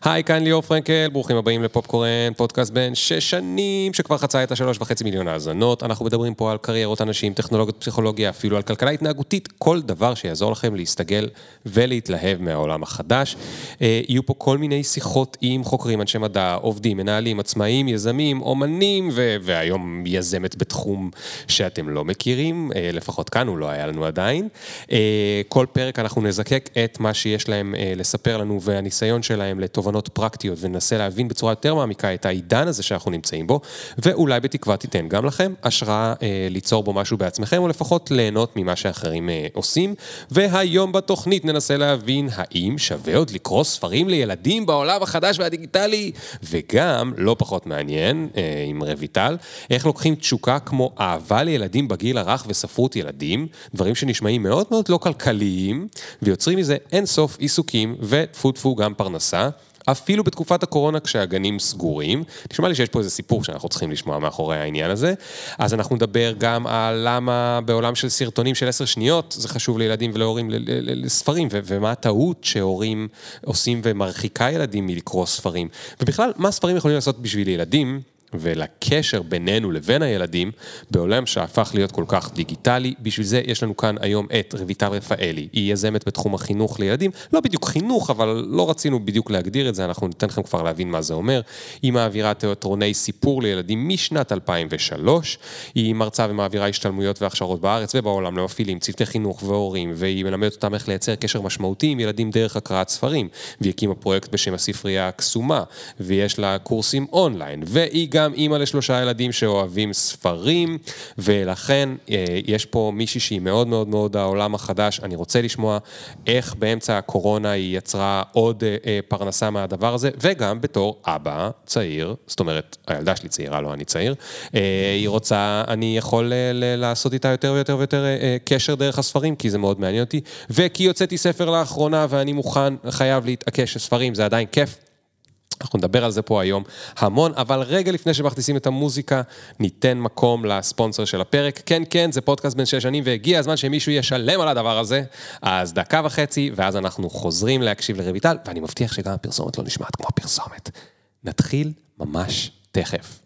היי, כאן ליאור פרנקל, ברוכים הבאים לפופקורן, פודקאסט בין 6 שנים, שכבר חצה את 3.5 מיליון האזנות. אנחנו מדברים פה על קריירות אנשים, טכנולוגיות, פסיכולוגיה, אפילו על כלכלה התנהגותית, כל דבר שיעזור לכם להסתגל ולהתלהב מהעולם החדש. יהיו פה כל מיני שיחות עם חוקרים, אנשי מדע, עובדים, מנהלים, עצמאים, יזמים, אומנים, והיום יזמת בתחום שאתם לא מכירים, לפחות כאן הוא לא היה לנו עדיין. כל פרק אנחנו נזקק את מה שיש להם לספר לנו והניסיון שלהם לתובנות פרקטיות, וננסה להבין בצורה יותר מעמיקה את העידן הזה שאנחנו נמצאים בו, ואולי בתקווה תיתן גם לכם השראה ליצור בו משהו בעצמכם, או לפחות ליהנות ממה שאחרים עושים. והיום בתוכנית ננסה להבין האם שווה עוד לקרוא ספרים לילדים בעולם החדש והדיגיטלי, וגם, לא פחות מעניין, עם רויטל, איך לוקחים תשוקה כמו אהבה לילדים בגיל הרך וספרות ילדים, דברים שנשמעים מאוד מאוד לא כלכליים, ויוצרים מזה אין סוף עיסוקים ותפו גם פרנסה, אפילו בתקופת הקורונה כשהגנים סגורים. נשמע לי שיש פה איזה סיפור שאנחנו צריכים לשמוע מאחורי העניין הזה. אז אנחנו נדבר גם על למה בעולם של סרטונים של 10 שניות זה חשוב לילדים ולהורים לספרים, ומה הטעות שהורים עושים ומרחיקה ילדים מלקרוא ספרים. ובכלל, מה ספרים יכולים לעשות בשביל ילדים ולקשר בינינו לבין הילדים בעולם שהפך להיות כל כך דיגיטלי. בשביל זה יש לנו כאן היום את רויטל רפאלי. היא יזמת בתחום החינוך לילדים, לא בדיוק חינוך, אבל לא רצינו בדיוק להגדיר את זה, אנחנו ניתן לכם כבר להבין מה זה אומר. היא מעבירה תיאטרוני סיפור לילדים משנת 2003, היא מרצה ומעבירה השתלמויות והכשרות בארץ ובעולם למפעילים, צוותי חינוך והורים, והיא מלמדת אותם איך לייצר קשר משמעותי עם ילדים דרך הקראת ספרים, והיא הקימה פרויקט בשם הספרייה הקסומה, ויש לה קורסים אונליין, והיא גם אימא ל3 ילדים שאוהבים ספרים, ולכן יש פה מישהי שהיא מאוד מאוד מאוד העולם החדש. אני רוצה לשמוע איך באמצע הקורונה היא יצרה עוד פרנסה מהדבר הזה, וגם בתור אבא צעיר, זאת אומרת, הילדה שלי צעירה, לא אני צעיר, היא רוצה, אני יכול לעשות איתה יותר ויותר ויותר קשר דרך הספרים, כי זה מאוד מעניין אותי, וכי יוצאתי ספר לאחרונה, ואני מוכן, חייב להתעקש שספרים, זה עדיין כיף. אנחנו נדבר על זה פה היום המון, אבל רגע לפני שמכניסים את המוזיקה, ניתן מקום לספונסר של הפרק. כן, כן, זה פודקאסט בין 6 שנים, והגיע הזמן שמישהו ישלם על הדבר הזה. אז 1.5 דקות, ואז אנחנו חוזרים להקשיב לרויטל, ואני מבטיח שגם הפרסומת לא נשמעת כמו הפרסומת. נתחיל ממש תכף.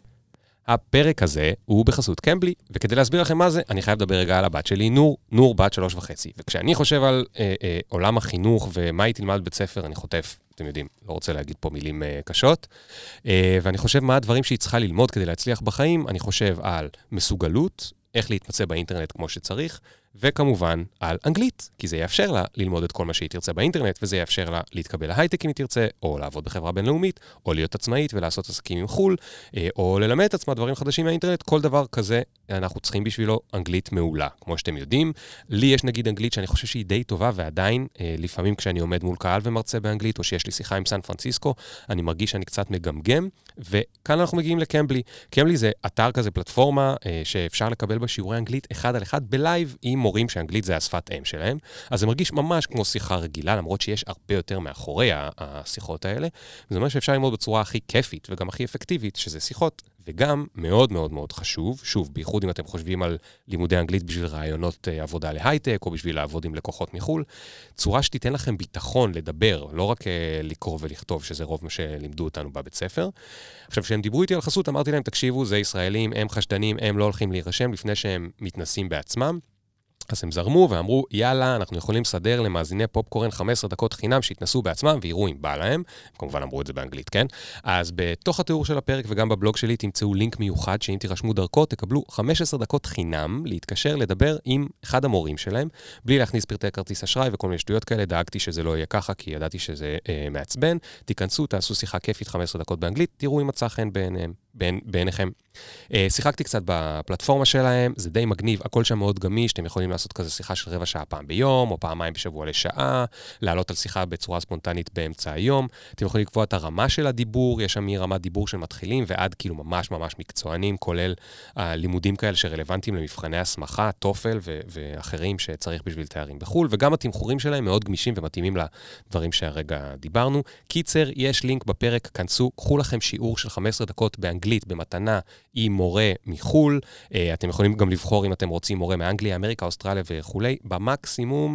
הפרק הזה הוא בחסות קמבלי, וכדי להסביר לכם מה זה, אני חייב לדבר רגע על הבת שלי, נור בת 3.5. וכשאני חושב על עולם החינוך ומה היא תלמד בית ספר, אני חוטף, אתם יודעים, לא רוצה להגיד פה מילים קשות, ואני חושב מה הדברים שהיא צריכה ללמוד כדי להצליח בחיים. אני חושב על מסוגלות, איך להתמצא באינטרנט כמו שצריך, וכמובן על אנגלית, כי זה יאפשר לה ללמוד את כל מה שהיא תרצה באינטרנט, וזה יאפשר לה להתקבל להייטק אם היא תרצה, או לעבוד בחברה בינלאומית, או להיות עצמאית ולעשות עסקים עם חול, או ללמד את עצמה דברים חדשים מהאינטרנט. כל דבר כזה אנחנו צריכים בשבילו אנגלית מעולה. כמו שאתם יודעים, לי יש נגיד אנגלית שאני חושב שהיא די טובה, ועדיין לפעמים כשאני עומד מול קהל ומרצה באנגלית, או שיש לי שיחה עם סן פרנסיסקו, אני מרגיש שאני קצת מגמגם, וכאן אנחנו מגיעים לקמבלי. קמבלי זה אתר כזה, פלטפורמה שאפשר לקבל בה שיעורי אנגלית 1 על 1 בלייב עם מורים שאנגלית זה השפת אם שלהם. אז זה מרגיש ממש כמו שיחה רגילה, למרות שיש הרבה יותר מאחורי השיחות האלה. וזה אומר שאפשר ללמוד בצורה הכי כיפית וגם הכי אפקטיבית, שזה שיחות, וגם מאוד מאוד מאוד חשוב, שוב, בייחוד אם אתם חושבים על לימודי אנגלית בשביל רעיונות עבודה להייטק, או בשביל לעבוד עם לקוחות מחול, צורה שתיתן לכם ביטחון לדבר, לא רק לקרוא ולכתוב, שזה רוב מה שלימדו אותנו בבית ספר. עכשיו, כשהם דיברו איתי על חסות, אמרתי להם, תקשיבו, זה ישראלים, הם חשדנים, הם לא הולכים להירשם לפני שהם מתנסים בעצמם. אז הם זרמו ואמרו, יאללה, אנחנו יכולים לסדר למאזיני פופקורן 15 דקות חינם שהתנסו בעצמם ויראו אם בא להם. הם כמובן אמרו את זה באנגלית, כן? אז בתוך התיאור של הפרק וגם בבלוג שלי תמצאו לינק מיוחד שאם תירשמו דרכו, תקבלו 15 דקות חינם להתקשר לדבר עם אחד המורים שלהם, בלי להכניס פרטי כרטיס אשראי וכל מיני שטויות כאלה. דאגתי שזה לא יהיה ככה, כי ידעתי שזה מעצבן. תיכנסו, תעשו שיחה כיפית 15 דקות באנגלית, תראו אם מצא חן בעיניכם. שיחקתי קצת בפלטפורמה שלהם, זה די מגניב, הכל שם מאוד גמיש, אתם יכולים לעשות כזה שיחה של 15 דקות פעם ביום, או פעמיים בשבוע לשעה, לעלות על שיחה בצורה ספונטנית באמצע היום, אתם יכולים לקבוע את הרמה של הדיבור, יש שם מרמת דיבור של מתחילים, ועד כאילו ממש ממש מקצוענים, כולל לימודים כאלה שרלוונטיים למבחני הסמכה, טופל ואחרים שצריך בשביל תארים בחול, וגם התמחורים שלהם מאוד גמישים ומתאימים לדברים שהרגע דיברנו. קיצר, יש לינק בפרק, כנסו, קחו לכם שיעור של 15 דקות באנגלית במתנה עם מורה מחול. אתם יכולים גם לבחור אם אתם רוצים מורה מאנגליה, אמריקה, אוסטרליה וכולי. במקסימום,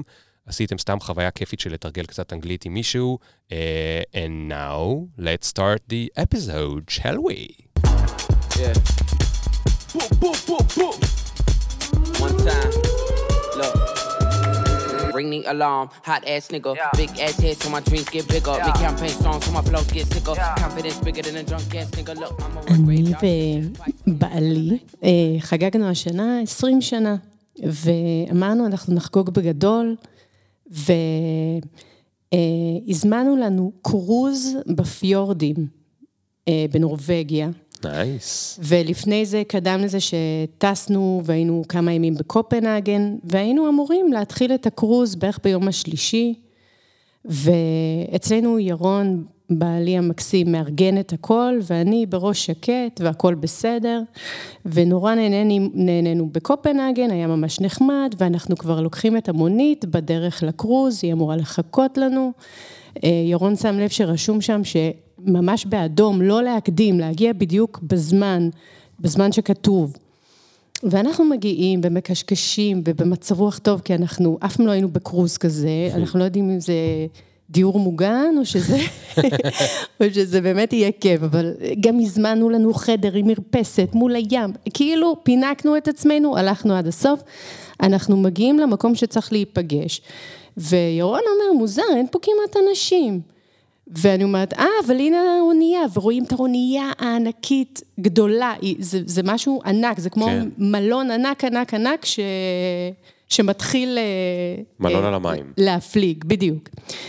עשיתם סתם חוויה כיפית של לתרגל קצת אנגלית עם מישהו. And now, let's start the episode, shall we? Yeah. Boom, boom, boom, boom. One time, look. Ring the alarm, hot ass nigga. Yeah. Big ass head so my dreams get bigger. Yeah. Big campaign strong so my flows get sicker. Yeah. Confidence bigger than a drunk ass nigga. Look, I'm a אני ובעלי חגגנו השנה 20 שנה, ואמרנו אנחנו נחגוג בגדול, והזמנו לנו קרוז בפיורדים בנורווגיה. נייס. ולפני זה קדם לזה שטסנו והיינו כמה ימים בקופנהגן, והיינו אמורים להתחיל את הקרוז בערך ביום השלישי, ואצלנו ירון, בעלי המקסים, מארגן את הכל, ואני בראש שקט והכל בסדר, ונורא נהנינו בקופנהגן, היה ממש נחמד, ואנחנו כבר לוקחים את המונית בדרך לקרוז, היא אמורה לחכות לנו. ירון שם לב שרשום שם שממש באדום, לא להקדים, להגיע בדיוק בזמן שכתוב. ואנחנו מגיעים ומקשקשים ובמצב רוח טוב, כי אנחנו אף פעם לא היינו בקרוז כזה, אנחנו לא יודעים אם זה דיור מוגן, או שזה באמת יהיה כיף, אבל גם הזמנו לנו חדר עם מרפסת מול הים, כאילו פינקנו את עצמנו, הלכנו עד הסוף, אנחנו מגיעים למקום שצריך להיפגש, וירון אומר, מוזר, אין פה כמעט אנשים, ואני אומרת, אבל הנה האונייה, ורואים את האונייה הענקית גדולה, זה משהו ענק, זה כמו מלון ענק, שמתחיל מלון על המים. להפליג, בדיוק.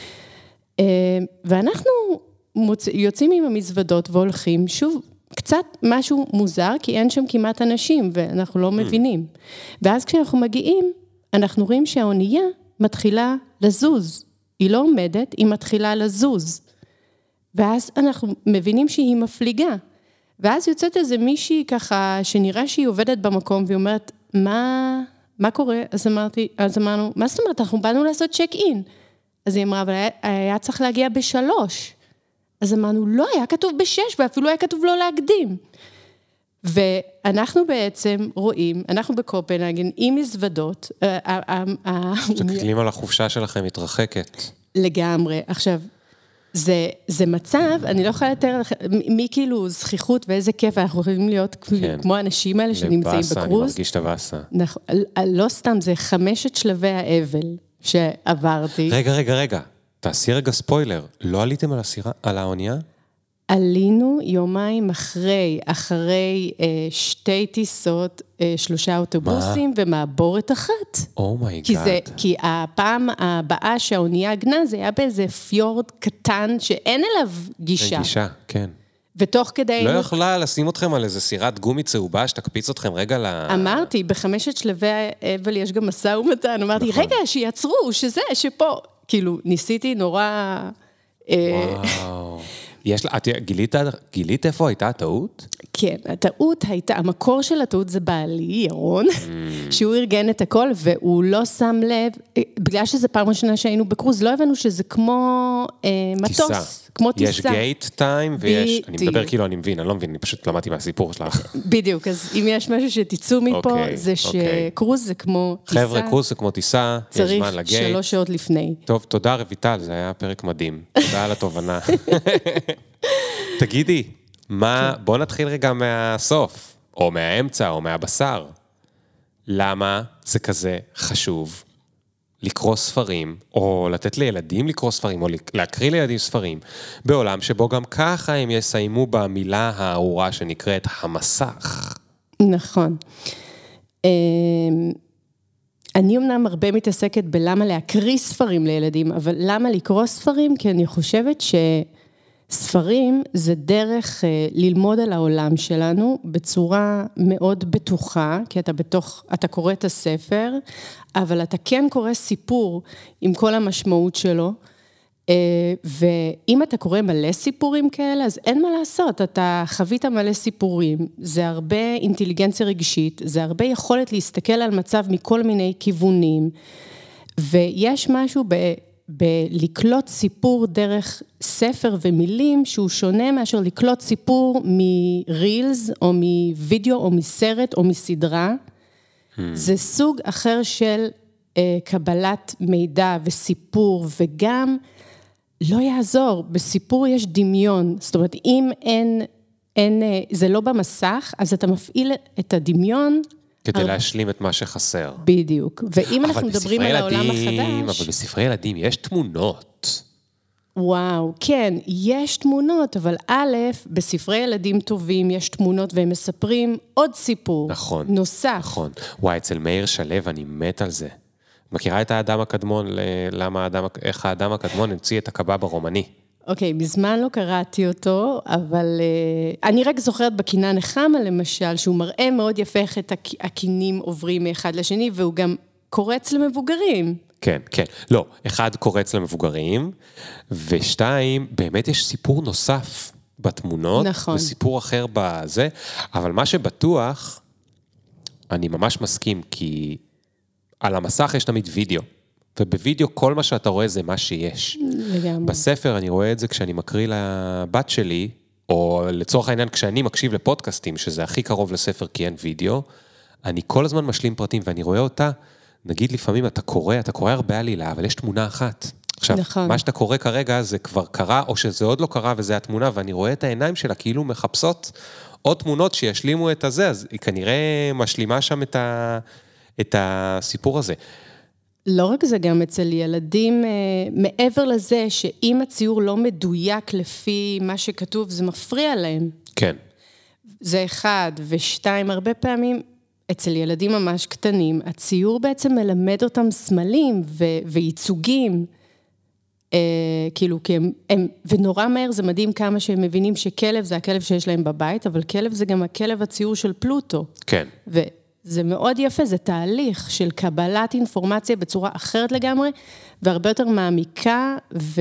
ואנחנו יוצאים עם המזוודות והולכים, שוב, קצת משהו מוזר, כי אין שם כמעט אנשים, ואנחנו לא מבינים. ואז כשאנחנו מגיעים, אנחנו רואים שהאונייה מתחילה לזוז. היא לא עומדת, היא מתחילה לזוז. ואז אנחנו מבינים שהיא מפליגה. ואז יוצאת איזה מישהי ככה, שנראה שהיא עובדת במקום, והיא אומרת, מה קורה? אז אמרנו, מה זאת אומרת? אנחנו באנו לעשות צ'ק אין. אז היא אמרה, אבל היה צריך להגיע ב3. אז אמרנו, לא, היה כתוב ב6, ואפילו היה כתוב לא להקדים. ואנחנו בעצם רואים, אנחנו בקופנהגן עם מזוודות. מסתכלים על החופשה שלכם, מתרחקת. לגמרי. עכשיו, זה מצב, אני לא יכולה לתאר לך, מי כאילו זכיחות ואיזה כיף, אנחנו יכולים להיות כמו האנשים האלה שנמצאים בקרוז. לבאסה, אני מרגיש את הבאסה. לא סתם, זה 5 שלבי האבל שעברתי. רגע, תעשי רגע ספוילר, לא עליתם על האונייה? עלינו יומיים אחרי 2 טיסות, 3 אוטובוסים ומעבורת אחת. אומייגאד. כי הפעם הבאה שהאונייה עגנה, זה היה באיזה פיורד קטן שאין אליו גישה. גישה, כן. ותוך כדי... לא יכולה לשים אתכם על איזה סירת גומי צהובה, שתקפיץ אתכם רגע אמרתי, ב5 שלבי האבל יש גם משא ומתן, אמרתי, רגע, שיעצרו, שפה. כאילו, ניסיתי נורא... וואו. גילית איפה הייתה הטעות? כן, הטעות הייתה, המקור של הטעות זה בעלי, ירון, שהוא ארגן את הכל, והוא לא שם לב, בגלל שזה פעם ראשונה שהיינו בקרוז, לא הבנו שזה כמו מטוס, כמו טיסה. יש גייט טיים ויש, אני מדבר כאילו, אני מבין, אני לא מבין, אני פשוט למדתי מהסיפור שלך. בדיוק, אז אם יש משהו שתצאו מפה, זה שקרוז זה כמו טיסה. חבר'ה, קרוז זה כמו טיסה, יש זמן לגייט. צריך 3 שעות לפני. טוב, תודה רויטל, זה היה פרק מדהים. תודה על התובנה. תגידי, בוא נתחיל רגע מהסוף, או מהאמצע, או מהבשר. למה זה כזה חשוב לקרוא ספרים, או לתת לילדים לקרוא ספרים, או להקריא לילדים ספרים, בעולם שבו גם ככה הם יסיימו במילה הארורה שנקראת המסך? נכון. אני אמנם הרבה מתעסקת בלמה להקריא ספרים לילדים, אבל למה לקרוא ספרים? כי אני חושבת ספרים זה דרך ללמוד על העולם שלנו בצורה מאוד בטוחה, כי אתה קורא את הספר, אבל אתה כן קורא סיפור עם כל המשמעות שלו, ואם אתה קורא מלא סיפורים כאלה, אז אין מה לעשות, אתה חווית מלא סיפורים, זה הרבה אינטליגנציה רגשית, זה הרבה יכולת להסתכל על מצב מכל מיני כיוונים, ויש משהו בלקלוט סיפור דרך ספר ומילים, שהוא שונה מאשר לקלוט סיפור מרילס, או מווידאו, או מסרט, או מסדרה. זה סוג אחר של קבלת מידע וסיפור, וגם לא יעזור, בסיפור יש דמיון, זאת אומרת, אם זה לא במסך, אז אתה מפעיל את הדמיון, כדי להשלים את מה שחסר. בדיוק, ואם אנחנו מדברים על העולם החדש... אבל בספרי ילדים יש תמונות. וואו, כן, יש תמונות, אבל א', בספרי ילדים טובים יש תמונות, והם מספרים עוד סיפור. נכון. נוסף. נכון. וואי, אצל מאיר שלו, אני מת על זה. מכירה את האדם הקדמון, איך האדם הקדמון המציא את הקבב הרומני? אוקיי, מזמן לא קראתי אותו, אבל אני רק זוכרת בקינה נחמה, למשל, שהוא מראה מאוד יפה איך את הקינים עוברים מאחד לשני, והוא גם קורץ למבוגרים. כן, כן. לא, אחד קורץ למבוגרים, ושתיים, באמת יש סיפור נוסף בתמונות, נכון. וסיפור אחר בזה, אבל מה שבטוח, אני ממש מסכים, כי על המסך יש תמיד וידאו, ובווידאו כל מה שאתה רואה זה מה שיש. לגמרי. בספר אני רואה את זה כשאני מקריא לבת שלי, או לצורך העניין כשאני מקשיב לפודקאסטים, שזה הכי קרוב לספר כי אין וידאו, אני כל הזמן משלים פרטים, ואני רואה אותה, נגיד לפעמים אתה קורא הרבה עלילה, אבל יש תמונה אחת. עכשיו, נכון. מה שאתה קורא כרגע זה כבר קרה, או שזה עוד לא קרה וזה התמונה, ואני רואה את העיניים שלה כאילו מחפשות עוד תמונות שישלימו את הזה, אז היא כנראה משלימה שם את הסיפור הזה. לא רק זה, גם אצל ילדים, מעבר לזה שאם הציור לא מדויק לפי מה שכתוב, זה מפריע להם. כן. זה אחד, ושתיים, הרבה פעמים, אצל ילדים ממש קטנים, הציור בעצם מלמד אותם סמלים וייצוגים, כאילו, כי ונורא מהר זה מדהים כמה שהם מבינים שכלב זה הכלב שיש להם בבית, אבל כלב זה גם הכלב הציור של פלוטו. כן. זה מאוד יפה, זה תהליך של קבלת אינפורמציה בצורה אחרת לגמרי, והרבה יותר מעמיקה,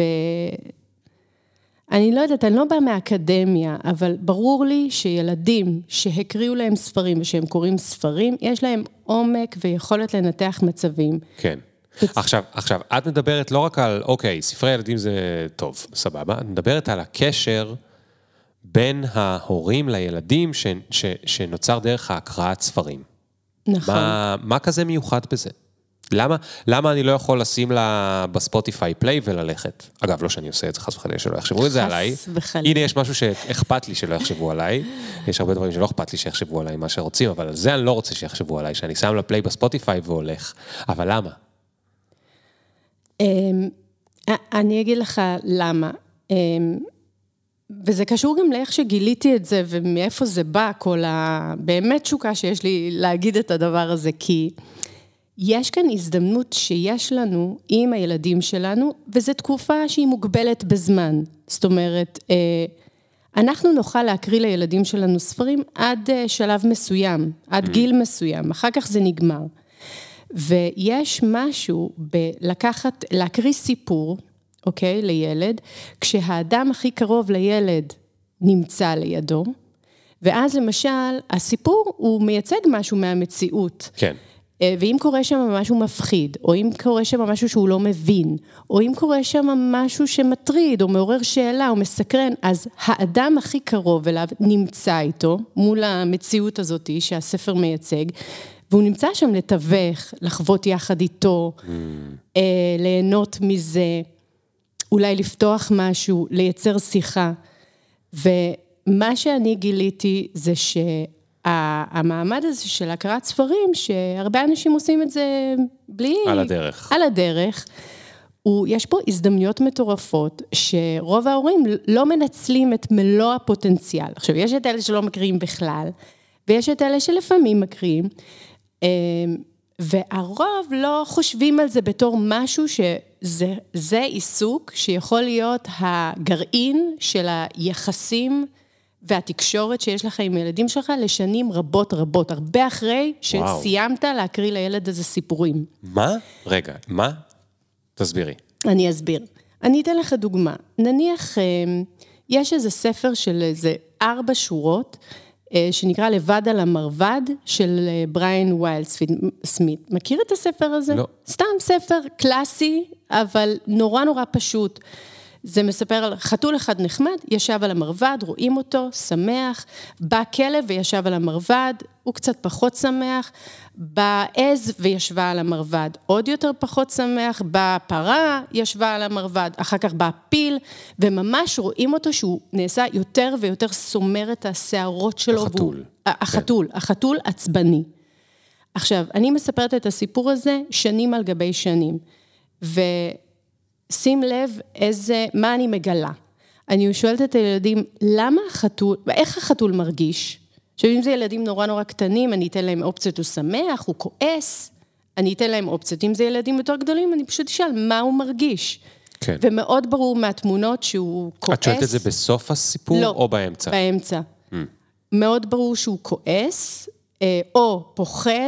אני לא יודעת, אני לא באה מהאקדמיה, אבל ברור לי שילדים שהקריאו להם ספרים, ושהם קוראים ספרים, יש להם עומק ויכולת לנתח מצבים. כן. עכשיו, את מדברת לא רק על, אוקיי, ספרי ילדים זה טוב, סבבה, את מדברת על הקשר בין ההורים לילדים שנוצר דרך ההקראת ספרים. נכון. מה כזה מיוחד בזה? למה אני לא יכול לשים לה בספוטיפיי פליי וללכת? אגב, לא שאני עושה את זה, חס וחלילה שלא יחשבו את זה עליי. חס וחלילה. הנה, יש משהו שאכפת לי שלא יחשבו עליי. יש הרבה דברים שלא אכפת לי שיחשבו עליי מה שרוצים, אבל על זה אני לא רוצה שיחשבו עליי, שאני שם לה פליי בספוטיפיי והולך. אבל למה? אני אגיד לך למה. וזה קשור גם לאיך שגיליתי את זה, ומאיפה זה בא, כל באמת תשוקה שיש לי להגיד את הדבר הזה, כי יש כאן הזדמנות שיש לנו עם הילדים שלנו, וזו תקופה שהיא מוגבלת בזמן. זאת אומרת, אנחנו נוכל להקריא לילדים שלנו ספרים עד שלב מסוים, עד גיל מסוים, אחר כך זה נגמר. ויש משהו להקריא סיפור, אוקיי, לילד, כשהאדם הכי קרוב לילד נמצא לידו, ואז למשל, הסיפור הוא מייצג משהו מהמציאות. כן. ואם קורה שם משהו מפחיד, או אם קורה שם משהו שהוא לא מבין, או אם קורה שם משהו שמטריד, או מעורר שאלה, או מסקרן, אז האדם הכי קרוב אליו נמצא איתו, מול המציאות הזאת שהספר מייצג, והוא נמצא שם לתווך, לחוות יחד איתו, ליהנות מזה, אולי לפתוח משהו, לייצר שיחה. ומה שאני גיליתי זה שהמעמד הזה של הקראת ספרים, שהרבה אנשים עושים את זה בלי... על הדרך. יש פה הזדמנויות מטורפות, שרוב ההורים לא מנצלים את מלוא הפוטנציאל. עכשיו, יש את אלה שלא מקריאים בכלל, ויש את אלה שלפעמים מקריאים, והרוב לא חושבים על זה בתור משהו שזה עיסוק שיכול להיות הגרעין של היחסים והתקשורת שיש לך עם ילדים שלך לשנים רבות, הרבה אחרי שסיימת להקריא לילד הזה סיפורים. מה? רגע, מה? תסבירי. אני אסביר. אני אתן לך דוגמה. נניח, יש איזה ספר של איזה 4 שורות, שנקרא לבד על המרבד של בריין ויילד סמית. מכיר את הספר הזה? לא. סתם ספר קלאסי, אבל נורא פשוט. זה מספר על חתול אחד נחמד, ישב על המרבד, רואים אותו, שמח, בא כלב וישב על המרבד, הוא קצת פחות שמח, בא עז וישבה על המרבד, עוד יותר פחות שמח, בא פרה, ישבה על המרבד, אחר כך בא פיל, וממש רואים אותו שהוא נעשה יותר ויותר סומר את השערות שלו. החתול. החתול עצבני. עכשיו, אני מספרת את הסיפור הזה שנים על גבי שנים, ושים לב מה אני מגלה. אני שואלת את הילדים, איך החתול מרגיש? עכשיו, אם זה ילדים נורא נורא קטנים, אני אתן להם אופציות, הוא שמח, הוא כועס, אני אתן להם אופציות. אם זה ילדים יותר גדולים, אני פשוט אשאל מה הוא מרגיש. כן. ומאוד ברור מהתמונות שהוא כועס. את שואלת את זה בסוף הסיפור או באמצע? באמצע. מאוד ברור שהוא כועס, או פוחד,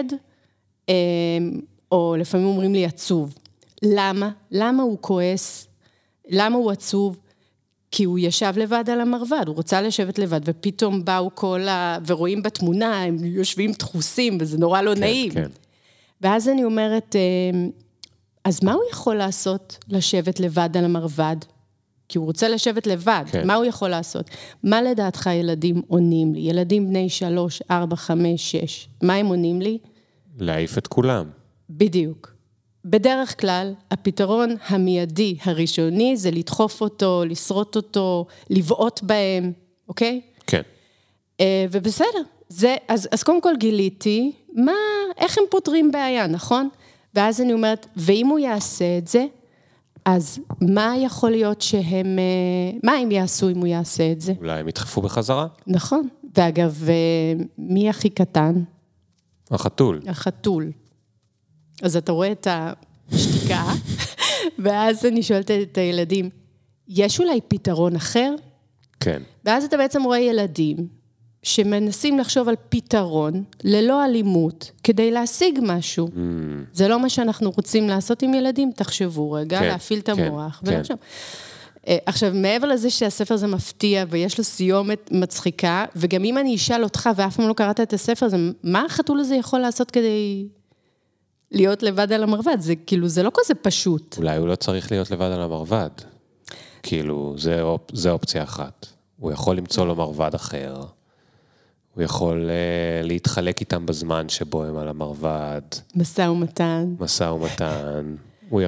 או לפעמים אומרים לי עצוב. למה? למה הוא כועס? למה הוא עצוב? כי הוא ישב לבד על המרבד, הוא רוצה לשבת לבד, ופתאום באו ורואים בתמונה, הם יושבים דחוסים, וזה נורא לא נעים. כן. ואז אני אומרת, אז מה הוא יכול לעשות לשבת לבד על המרבד? כי הוא רוצה לשבת לבד, מה הוא יכול לעשות? מה לדעתך ילדים עונים לי? ילדים בני 3, 4, 5, 6, מה הם עונים לי? להעיף את כולם. בדיוק. בדרך כלל, הפתרון המיידי הראשוני זה לדחוף אותו, לשרוט אותו, לבעוט בהם, אוקיי? כן. ובסדר. אז קודם כל גיליתי, איך הם פותרים בעיה, נכון? ואז אני אומרת, ואם הוא יעשה את זה, אז מה יכול להיות מה הם יעשו אם הוא יעשה את זה? אולי הם ידחפו בחזרה? נכון. ואגב, מי הכי קטן? החתול. החתול. אז אתה רואה את השתיקה, ואז אני שואלת את הילדים, יש אולי פתרון אחר? כן. ואז אתה בעצם רואה ילדים שמנסים לחשוב על פתרון ללא אלימות, כדי להשיג משהו. זה לא מה שאנחנו רוצים לעשות עם ילדים, תחשבו רגע, להפעיל את המוח. עכשיו, מעבר לזה שהספר זה מפתיע, ויש לו סיומת מצחיקה, וגם אם אני אשאל אותך, ואף פעם לא קראת את הספר, מה החתול הזה יכול לעשות כדי להיות לבד על המרבד? זה כאילו, זה לא כזה פשוט. אולי הוא לא צריך להיות לבד על המרבד. כאילו, זה אופציה אחת. הוא יכול למצוא לו מרבד אחר. הוא יכול להתחלק איתם בזמן שבו הם על המרבד. משא ומתן. הוא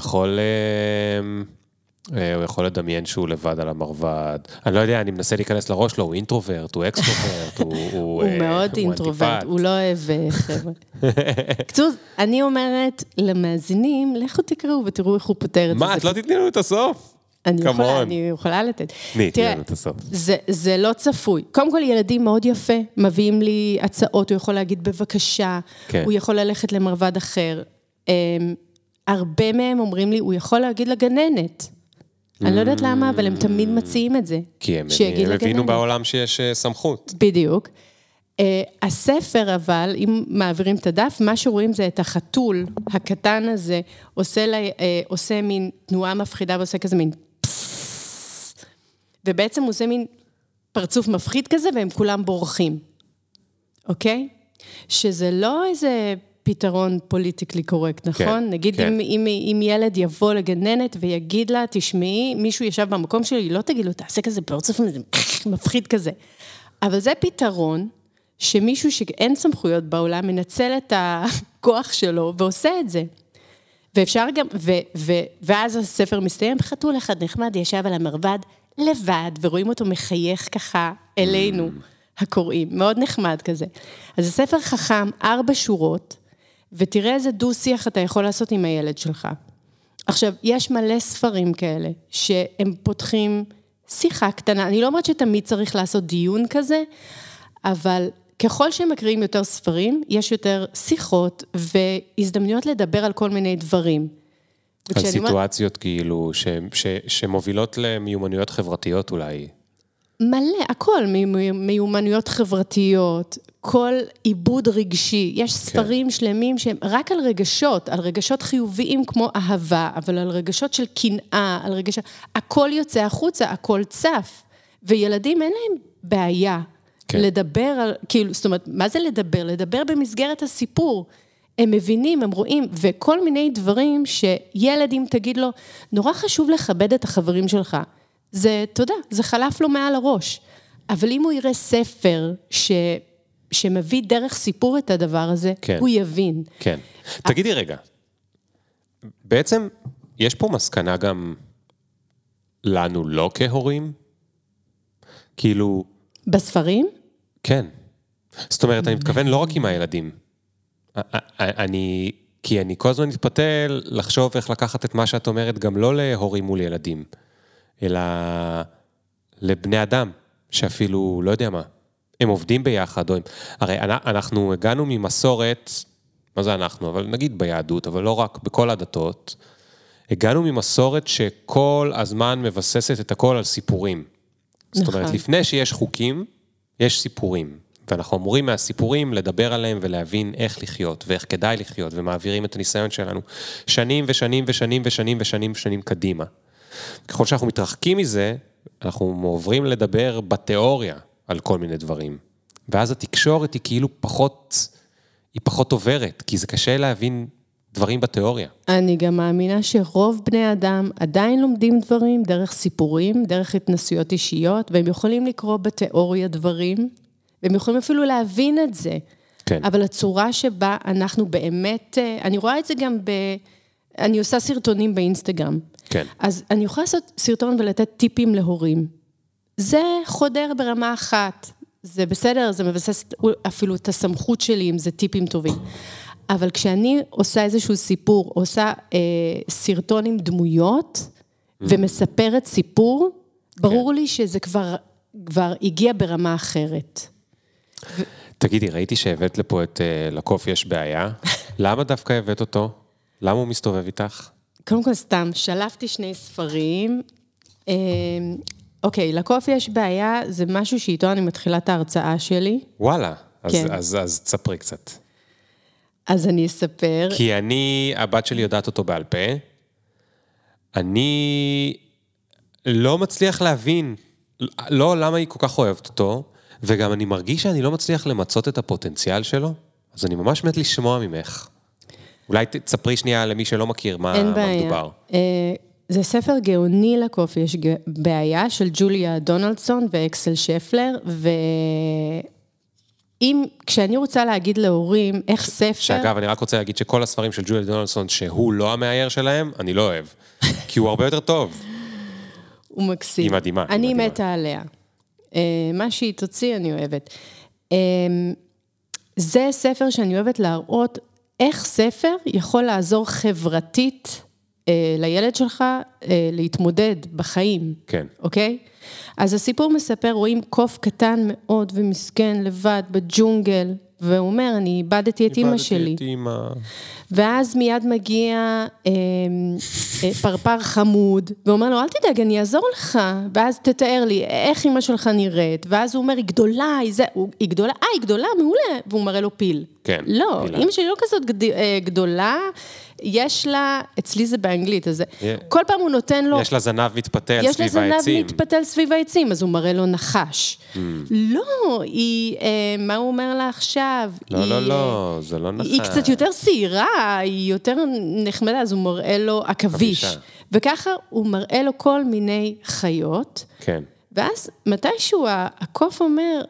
יכול לדמיין שהוא לבד על המרבד. אני לא יודע, אני מנסה להיכנס לראש לו, הוא אינטרוברט, הוא אקסטרוברט, הוא מאוד אינטרוברט, הוא לא אוהב חבר'ה. קצור, אני אומרת למאזינים, לכו תקראו ותראו איך הוא פותר את זה. מה, את לא תתני לנו את הסוף? אני יכולה לתת. תראה, לנו את הסוף. זה לא צפוי. קודם כל, ילדים מאוד יפה, מביאים לי הצעות, הוא יכול להגיד בבקשה, הוא יכול ללכת למרבד אחר. הרבה מהם אומרים לי, הוא יכול להגיד לגננת. אני לא יודעת למה, אבל הם תמיד מציעים את זה. כי הם הבינו בעולם שיש סמכות. בדיוק. הספר אבל, אם מעבירים את הדף, מה שרואים זה את החתול הקטן הזה, עושה מין תנועה מפחידה, ועושה כזה מין פססס, ובעצם הוא עושה מין פרצוף מפחיד כזה, והם כולם בורחים. אוקיי? שזה לא איזה פתרון פוליטיקלי קורקט, נכון? נגיד אם ילד יבוא לגננת ויגיד לה, תשמעי, מישהו ישב במקום שלי, לא תגיד לו, תעשה כזה פרצוף מפחיד כזה. אבל זה פתרון שמישהו שאין סמכויות בעולם מנצל את הכוח שלו ועושה את זה. ואפשר גם, ואז הספר מסתיים, חתול אחד נחמד, ישב על המרבד לבד, ורואים אותו מחייך ככה אלינו, הקוראים, מאוד נחמד כזה. אז הספר חכם, 4 שורות, ותראה איזה דו-שיח אתה יכול לעשות עם הילד שלך. עכשיו, יש מלא ספרים כאלה, שהם פותחים שיחה קטנה, אני לא אומרת שתמיד צריך לעשות דיון כזה, אבל ככל שהם מקריאים יותר ספרים, יש יותר שיחות והזדמנויות לדבר על כל מיני דברים. על סיטואציות כאילו שמובילות למיומנויות חברתיות אולי. מלא, הכל, מיומנויות חברתיות, כל עיבוד רגשי. יש ספרים שלמים שהם רק על רגשות חיוביים כמו אהבה, אבל על רגשות של קנאה, על רגשות, הכל יוצא החוצה, הכל צף. וילדים אין להם בעיה. לדבר על, כאילו, זאת אומרת, מה זה לדבר? לדבר במסגרת הסיפור. הם מבינים, הם רואים, וכל מיני דברים שילדים תגיד לו, נורא חשוב לכבד את החברים שלך. זה, אתה יודע, זה חלף לו מעל הראש. אבל אם הוא יראה ספר שמביא דרך סיפור את הדבר הזה, כן. הוא יבין. כן. תגידי רגע, בעצם יש פה מסקנה גם לנו לא כהורים? כאילו... בספרים? כן. זאת אומרת, אני מתכוון לא רק עם הילדים. כי אני כל הזמן מתפתל לחשוב איך לקחת את מה שאת אומרת, גם לא להורים מול ילדים, אלא לבני אדם, שאפילו, לא יודע מה, הם עובדים ביחד, הרי אנחנו הגענו ממסורת, מה זה אנחנו, אבל נגיד ביהדות, אבל לא רק, בכל הדתות, הגענו ממסורת שכל הזמן מבססת את הכל על סיפורים. זאת אומרת, לפני שיש חוקים, יש סיפורים. ואנחנו אמורים מהסיפורים לדבר עליהם ולהבין איך לחיות, ואיך כדאי לחיות, ומעבירים את הניסיון שלנו שנים ושנים ושנים ושנים ושנים ושנים קדימה. ככל שאנחנו מתרחקים מזה, אנחנו עוברים לדבר בתיאוריה על כל מיני דברים. ואז התקשורת היא כאילו פחות עוברת, כי זה קשה להבין דברים בתיאוריה. אני גם מאמינה שרוב בני אדם עדיין לומדים דברים דרך סיפורים, דרך התנסויות אישיות, והם יכולים לקרוא בתיאוריה דברים, והם יכולים אפילו להבין את זה. כן. אבל הצורה שבה אנחנו באמת, אני רואה את זה גם אני עושה סרטונים באינסטגרם. כן. אז אני יכולה לעשות סרטון ולתת טיפים להורים. זה חודר ברמה אחת. זה בסדר, זה מבסס אפילו את הסמכות שלי, אם זה טיפים טובים. אבל כשאני עושה איזשהו סיפור, עושה סרטון עם דמויות, ומספרת סיפור, ברור לי שזה כבר הגיע ברמה אחרת. תגידי, ראיתי שהבאת לפה את לקוף יש בעיה. למה דווקא הבאת אותו? למה הוא מסתובב איתך? קודם כל סתם, שלפתי 2 ספרים. אוקיי, לקוף יש בעיה, זה משהו שאיתו אני מתחילה את ההרצאה שלי. וואלה, כן. אז תספרי קצת. אז אני אספר. כי הבת שלי יודעת אותו בעל פה. אני לא מצליח להבין, לא למה היא כל כך אוהבת אותו, וגם אני מרגיש שאני לא מצליח למצות את הפוטנציאל שלו, אז אני ממש מת לשמוע ממך. אולי תספרי שנייה למי שלא מכיר מה מדובר. זה ספר גאוני לקוף, יש בעיה של ג'וליה דונלדסון ואקסל שפלר, כשאני רוצה להגיד להורים איך ספר... שאגב, אני רק רוצה להגיד שכל הספרים של ג'וליה דונלדסון, שהוא לא המאייר שלהם, אני לא אוהב. כי הוא הרבה יותר טוב. הוא מקסים. היא מדהימה. אני מתה עליה. מה שהיא תוציא, אני אוהבת. זה ספר שאני אוהבת להראות איך ספר יכול לעזור חברתית לילד שלך להתמודד בחיים. כן. אוקיי? אז הסיפור מספר, רואים קוף קטן מאוד ומסכן לבד בג'ונגל, והוא אומר, אני איבדתי את אמא שלי. איבדתי את אמא. ואז מיד מגיע פרפר חמוד, ואומר לו, אל תדאג, אני אעזור לך, ואז תתאר לי איך אמא שלך נראית, ואז הוא אומר, היא גדולה, היא גדולה, מעולה, והוא מראה לו פיל. כן. לא, אמא שלי לא כזאת גדולה, יש לה, אצלי זה באנגלית, אז כל פעם הוא נותן לו... יש לה זנב מתפתל סביב העצים. יש לה זנב מתפתל סביב העצים, אז הוא מראה לו נחש. לא, מה הוא אומר לה עכשיו? לא, זה לא נחש. היא קצת יותר שעירה, היא יותר נחמדה, אז הוא מראה לו עכביש. וככה הוא מראה לו כל מיני חיות. כן. ואז מתישהו הקוף אומר,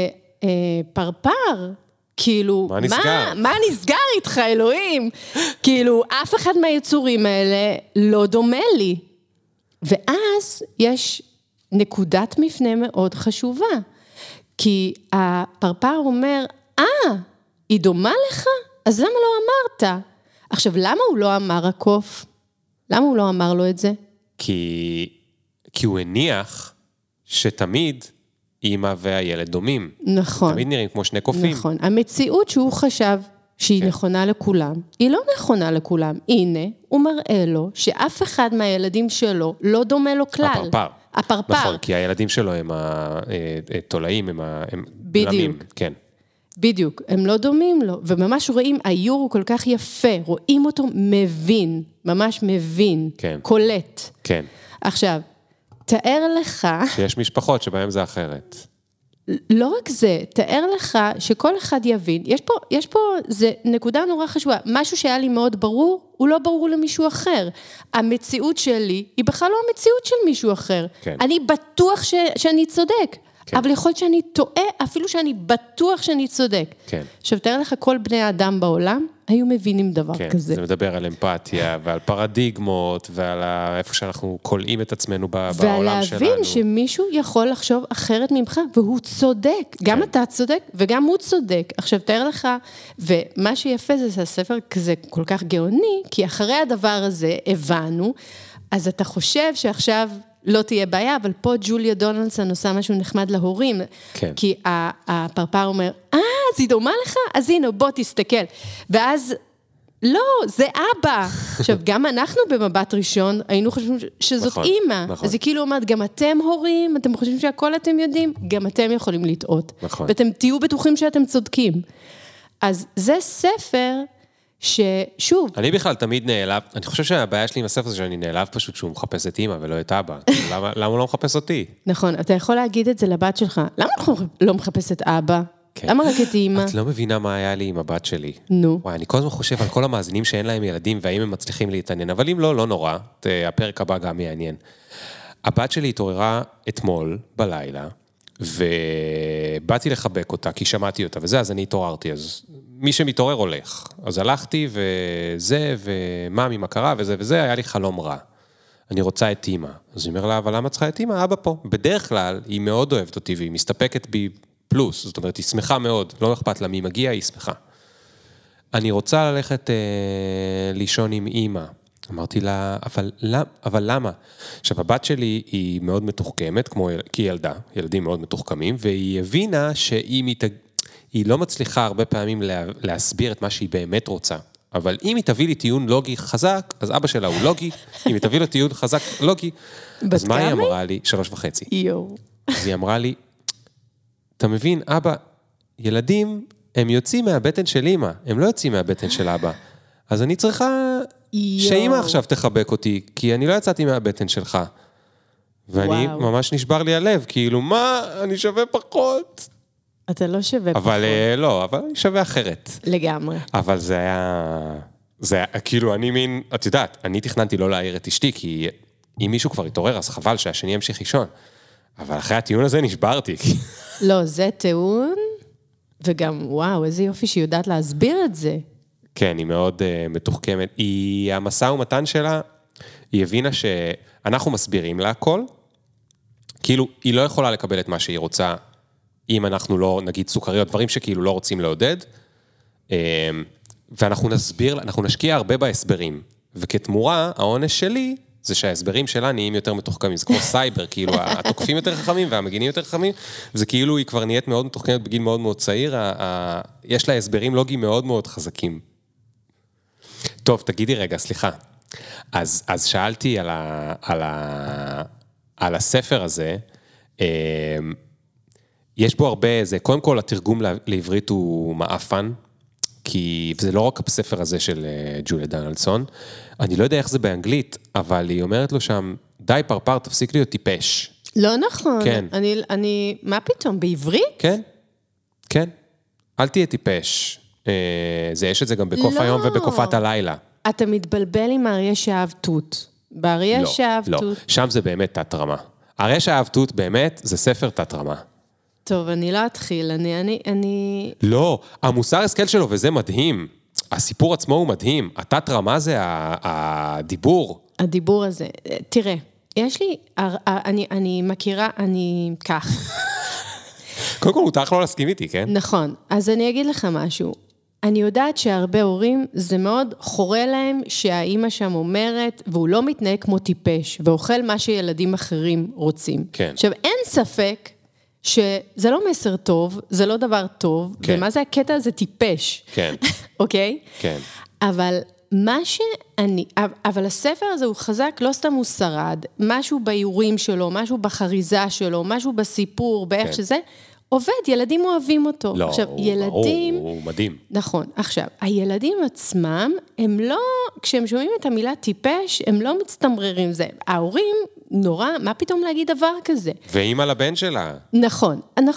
פרפר, כאילו, מה נסגר איתך, אלוהים? כאילו, אף אחד מהיצורים האלה לא דומה לי. ואז יש נקודת מפנה מאוד חשובה. כי הפרפר אומר, היא דומה לך? אז למה לא אמרת? עכשיו, למה הוא לא אמר הקוף? למה הוא לא אמר לו את זה? כי הוא הניח שתמיד אמא והילד דומים. נכון. תמיד נראים כמו שני קופים. נכון. המציאות שהוא חשב שהיא נכונה לכולם, היא לא נכונה לכולם. הנה, הוא מראה לו שאף אחד מהילדים שלו לא דומה לו כלל. הפרפר. נכון, כי הילדים שלו הם התולעים, הם גלמים. כן. בדיוק, הם לא דומים לו, וממש רואים, האיור הוא כל כך יפה, רואים אותו מבין, ממש מבין, כן. קולט. כן. עכשיו, תאר לך... שיש משפחות שבהן זה אחרת. לא רק זה, תאר לך שכל אחד יבין, יש פה, זה נקודה נורא חשובה, משהו שהיה לי מאוד ברור, הוא לא ברור למישהו אחר. המציאות שלי היא בכלל לא המציאות של מישהו אחר. כן. אני בטוח שאני צודק, כן. אבל יכול להיות שאני טועה, אפילו שאני בטוח שאני צודק. כן. עכשיו, תאר לך, כל בני האדם בעולם היו מבינים דבר כן, כזה. זה מדבר על אמפתיה ועל פרדיגמות ועל איפה שאנחנו קולעים את עצמנו בעולם שלנו. ולהבין שמישהו יכול לחשוב אחרת ממך, והוא צודק. גם כן. אתה צודק וגם הוא צודק. עכשיו, תאר לך, ומה שיפה זה שהספר כזה כל כך גאוני, כי אחרי הדבר הזה הבנו, אז אתה חושב שעכשיו לא תהיה בעיה, אבל פה ג'וליה דונלדסון עושה משהו נחמד להורים, כן. כי הפרפר אומר, אז היא דומה לך? אז הנה, בוא תסתכל. ואז, לא, זה אבא. עכשיו, גם אנחנו במבט ראשון, היינו חושבים שזאת נכון, אימא. נכון. אז היא כאילו אומרת, גם אתם הורים, אתם חושבים שהכל אתם יודעים, גם אתם יכולים לטעות. נכון. ואתם תהיו בטוחים שאתם צודקים. אז זה ספר ששוב... אני בכלל תמיד נעלב, אני חושב שהבעיה שלי עם הספר זה שאני נעלב פשוט שהוא מחפש את אמא ולא את אבא. למה הוא לא מחפש אותי? נכון, אתה יכול להגיד את זה לבת שלך. למה אנחנו לא מחפש את אבא? כן. למה רק את אמא? את לא מבינה מה היה לי עם הבת שלי. נו. וואי, אני כל הזמן חושב על כל המאזינים שאין להם ילדים, והאם הם מצליחים להתעניין, אבל אם לא, לא נורא. הפרק הבא גם מעניין. הבת שלי התעוררה אתמול בלילה, ובאתי לחבק אותה, כי שמעתי אותה, וזה, אז אני התעוררתי, אז מי שמתעורר הולך. אז הלכתי, וזה, ומאמי, מה קרה, וזה, היה לי חלום רע. אני רוצה את אמא. אז היא אומר לה, אבל למה צריכה את אמא? אבא פה. בדרך כלל, היא מאוד אוהבת אותי, והיא מסתפקת בי פלוס, זאת אומרת, היא שמחה מאוד, לא אכפת לה מי מגיע, היא שמחה. אני רוצה ללכת לישון עם אמא. אמרתי לה, אבל למה? עכשיו, הבת שלי היא מאוד מתוחכמת, כי היא ילדה, ילדים מאוד מתוחכמים, והיא הבינה היא לא מצליחה הרבה פעמים להסביר את מה שהיא באמת רוצה. אבל אם היא תביא לי טיעון לוגי חזק, אז אבא שלה הוא לוגי, אם היא תביא לו טיעון חזק לוגי, אז מה היא אמרה לי? 3.5. יו. אז היא אמרה לי, אתה מבין, אבא, ילדים, הם יוצאים מהבטן של אמא, הם לא יוצאים מהבטן של אבא. אז אני צריכה שאמא עכשיו תחבק אותי, כי אני לא יצאתי מהבטן שלך. ואני ממש נשבר לי הלב, כאילו, מה, אני שווה פחות. אתה לא שווה פחות. אבל לא, אבל אני שווה אחרת. לגמרי. אבל זה היה, כאילו, את יודעת, אני תכננתי לא להעיר את אשתי, כי אם מישהו כבר יתעורר, אז חבל שהשני ימשיך לישון. אבל אחרי הטיעון הזה נשברתי. לא, זה טיעון, וגם, וואו, איזה יופי שהיא יודעת להסביר את זה. כן, היא מאוד מתוחכמת. המשא ומתן שלה, היא הבינה שאנחנו מסבירים לה הכל, כאילו, היא לא יכולה לקבל את מה שהיא רוצה, אם אנחנו לא, נגיד, סוכריות, דברים שכאילו לא רוצים לעודד, ואנחנו נסביר, אנחנו נשקיע הרבה בהסברים, וכתמורה, העונש שלי, זה שההסברים שלה נהיים יותר מתוחכמים, זה כמו סייבר, כאילו, התוקפים יותר חכמים והמגינים יותר חכמים, וזה כאילו, היא כבר נהיית מאוד מתוחכמת בגיל מאוד מאוד צעיר, יש לה הסברים לוגיים מאוד מאוד חזקים. טוב, תגידי רגע, סליחה. אז שאלתי על הספר הזה, יש בו הרבה, קודם כל התרגום לעברית הוא מאפן, כי זה לא רק הספר הזה של ג'וליה דונלדסון, אני לא יודע איך זה באנגלית, אבל היא אומרת לו שם, די פרפר, תפסיק להיות טיפש. לא נכון. כן. מה פתאום, בעברית? כן, כן. אל תהיה טיפש. יש את זה גם בקוף היום ובקופת הלילה. אתה מתבלבל עם אריה שאהב תות. באריה שאהב תות. לא, שם זה באמת תת-רמה. אריה שאהב תות באמת זה ספר תת-רמה. טוב, אני לא אתחיל, אני... לא, המוסר השכל שלו, וזה מדהים. הסיפור עצמו הוא מדהים. התת-רמה זה הדיבור. הדיבור הזה. תראה, יש לי, אני מכירה, אני כך. קודם כל, מותר לא להסכים איתי, כן? נכון. אז אני אגיד לך משהו. אני יודעת שהרבה הורים, זה מאוד חורה להם שהאימא שם אומרת, והוא לא מתנהג כמו טיפש, ואוכל מה שילדים אחרים רוצים. כן. עכשיו, אין ספק שזה לא מסר טוב, זה לא דבר טוב, כן. ומה זה הקטע הזה טיפש. כן. אוקיי? כן. אבל אבל הספר הזה הוא חזק, לא סתם הוא שרד, משהו באיורים שלו, משהו בחריזה שלו, משהו בסיפור, באיך כן. שזה, עובד, ילדים אוהבים אותו. לא, עכשיו, הוא מדהים. נכון. עכשיו, הילדים עצמם, הם לא, כשהם שומעים את המילה טיפש, הם לא מצטמררים זה. ההורים, נורא, מה פתאום להגיד דבר כזה? ואימא לבן שלה. נכון, נכון.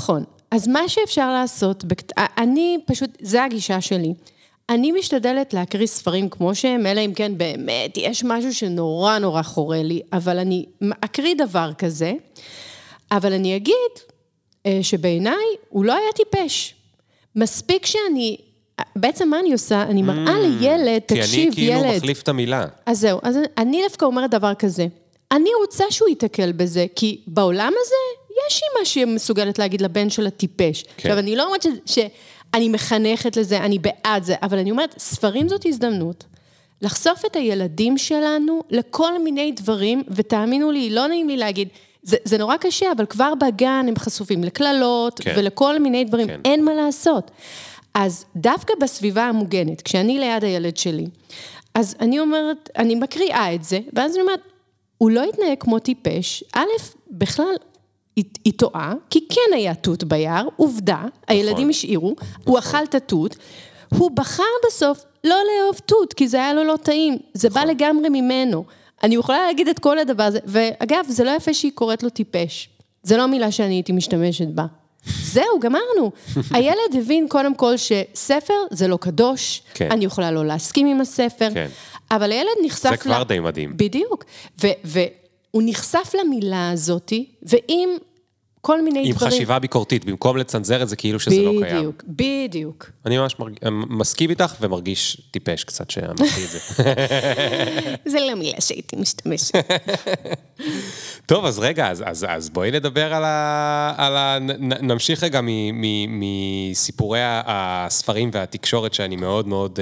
אז מה שאפשר לעשות, אני פשוט, זה הגישה שלי. אני משתדלת להקריא ספרים כמו שהם, אלא אם כן באמת יש משהו שנורא נורא חורה לי, אבל אני אקריא דבר כזה, אבל אני אגיד שבעיניי הוא לא היה טיפש. מספיק שאני, בעצם מה אני עושה? אני מראה לילד, תקשיב ילד. כי אני כאילו מחליף את המילה. אז זהו, אז אני דווקא אומרת דבר כזה. אני רוצה שהוא יתקל בזה, כי בעולם הזה יש אימא שמסוגלת להגיד לבן שלה טיפש. כן. עכשיו, אני לא אומרת שאני מחנכת לזה, אני בעד זה, אבל אני אומרת, ספרים זאת הזדמנות. לחשוף את הילדים שלנו לכל מיני דברים, ותאמינו לי, לא נעים לי להגיד, זה נורא קשה, אבל כבר בגן הם חשופים לכללות, כן. ולכל מיני דברים, כן. אין מה לעשות. אז דווקא בסביבה המוגנת, כשאני ליד הילד שלי, אז אני אומרת, אני מקריאה את זה, ואז אני אומרת, הוא לא יתנהג כמו טיפש, א', בכלל היא טועה, כי כן היה תות ביער, עובדה, הילדים השאירו, הוא אכל את התות, הוא בחר בסוף לא לאהוב תות, כי זה היה לו לא טעים, זה בא לגמרי ממנו. אני יכולה להגיד את כל הדבר הזה, ואגב, זה לא יפה שהיא קוראת לו טיפש, זה לא מילה שאני הייתי משתמשת בה. זהו, גמרנו. הילד הבין קודם כל שספר זה לא קדוש, כן. אני יכולה לא להסכים עם הספר, כן. אבל הילד נחשף... זה כבר די מדהים. בדיוק. והוא נחשף למילה הזאת, ועם כל מיני עם דברים... חשיבה ביקורתית, במקום לצנזר את זה כאילו שזה לא קיים. בדיוק, בדיוק. אני ממש מסכים איתך ומרגיש טיפש קצת שאמרתי את זה. זה לא מילה שהייתי משתמשת. טוב, אז רגע, אז בואי נדבר נמשיך רגע מסיפורי הספרים והתקשורת שאני מאוד מאוד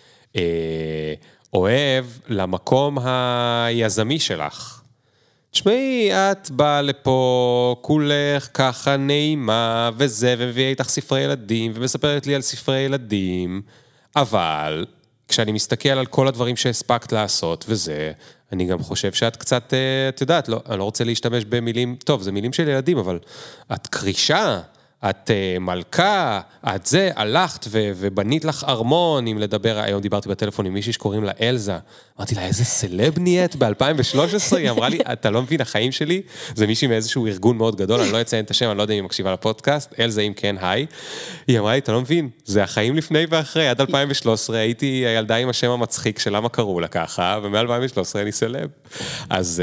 אוהב, למקום היזמי שלך. תשמעי, את באה לפה, כולך ככה נעימה וזה, ומביאה איתך ספרי ילדים, ומספרת לי על ספרי ילדים, אבל כשאני מסתכל על כל הדברים שהספקת לעשות וזה, אני גם חושב שאת קצת, את יודעת, אני לא רוצה להשתמש במילים, טוב, זה מילים של ילדים, אבל את קרישה, את מלכה, את זה, הלכת ובנית לך ארמון, אם לדבר, היום דיברתי בטלפון עם מישהי שקוראים לה אלזה, אמרתי לה, איזה סלב נהיית ב-2013, היא אמרה לי, אתה לא מבין, החיים שלי, זה מישהי מאיזשהו ארגון מאוד גדול, אני לא אציין את השם, אני לא יודע אם היא מקשיבה לפודקאסט, אלזה, אם כן, היי, היא אמרה לי, אתה לא מבין, זה החיים לפני ואחרי, עד 2013 הייתי הילדה עם השם המצחיק של למה קראו לה ככה, ומ-2013 אני סלב. אז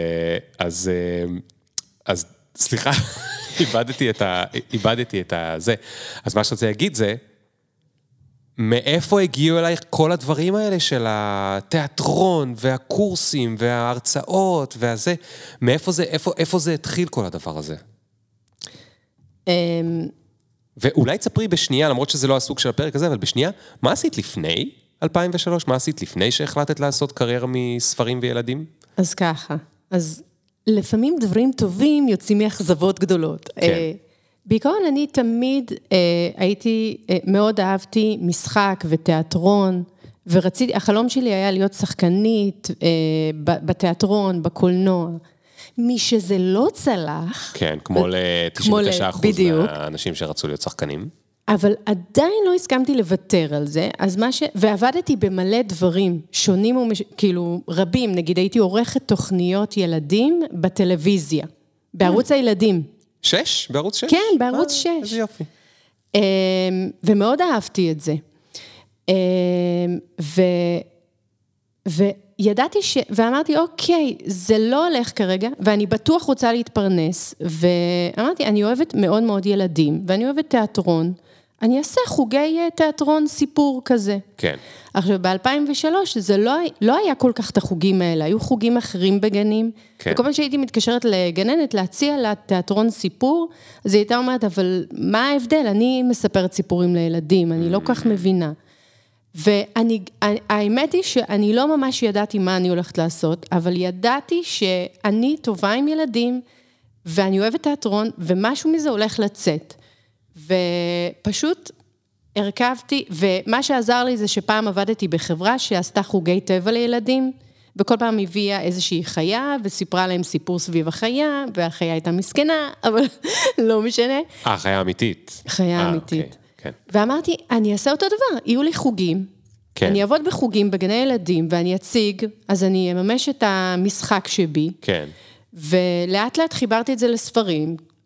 סליחה, איבדתי את זה. אז מה שאני להגיד זה, מאיפה הגיעו אלייך כל הדברים האלה של התיאטרון והקורסים וההרצאות והזה, איפה זה התחיל כל הדבר הזה? ואולי תספרי בשנייה, למרות שזה לא הסוג של הפרק הזה, אבל בשנייה, מה עשית לפני 2003? מה עשית לפני שהחלטת לעשות קריירה מספרים וילדים? אז ככה, אז לפעמים דברים טובים יוצאים מאכזבות גדולות. כן. בעיקרון אני תמיד מאוד אהבתי משחק ותיאטרון, ורציתי, החלום שלי היה להיות שחקנית בתיאטרון, בקולנוע. מי שזה לא צלח... כן, כמו ל-99% מהאנשים שרצו להיות שחקנים. אבל עדיין לא הסכמתי לוותר על זה, ועבדתי במלא דברים שונים, כאילו רבים, נגיד הייתי עורכת תוכניות ילדים בטלוויזיה, בערוץ הילדים. 6? בערוץ 6? כן, בערוץ 6. איזה יופי. ומאוד אהבתי את זה. וידעתי ואמרתי, אוקיי, זה לא הולך כרגע, ואני בטוח רוצה להתפרנס, ואמרתי, אני אוהבת מאוד מאוד ילדים, ואני אוהבת תיאטרון, אני אעשה חוגי תיאטרון סיפור כזה. כן. עכשיו, ב-2003 זה לא היה כל כך את החוגים האלה, היו חוגים אחרים בגנים, כן. וכל פעם שהייתי מתקשרת לגננת להציע לה תיאטרון סיפור, אז היא הייתה אומרת, אבל מה ההבדל? אני מספרת סיפורים לילדים, אני לא כך מבינה. והאמת היא שאני לא ממש ידעתי מה אני הולכת לעשות, אבל ידעתי שאני טובה עם ילדים, ואני אוהבת תיאטרון, ומשהו מזה הולך לצאת. ופשוט הרכבתי, ומה שעזר לי זה שפעם עבדתי בחברה שעשתה חוגי טבע לילדים, וכל פעם הביאה איזושהי חיה, וסיפרה להם סיפור סביב החיה, והחיה הייתה מסכנה, אבל לא משנה. חיה אמיתית. חיה אמיתית. אוקיי, כן. ואמרתי, אני אעשה אותו דבר, יהיו לי חוגים, כן. אני אעבוד בחוגים בגני ילדים, ואני אציג, אז אני אממש את המשחק שבי, כן. ולאט לאט חיברתי את זה לספרים,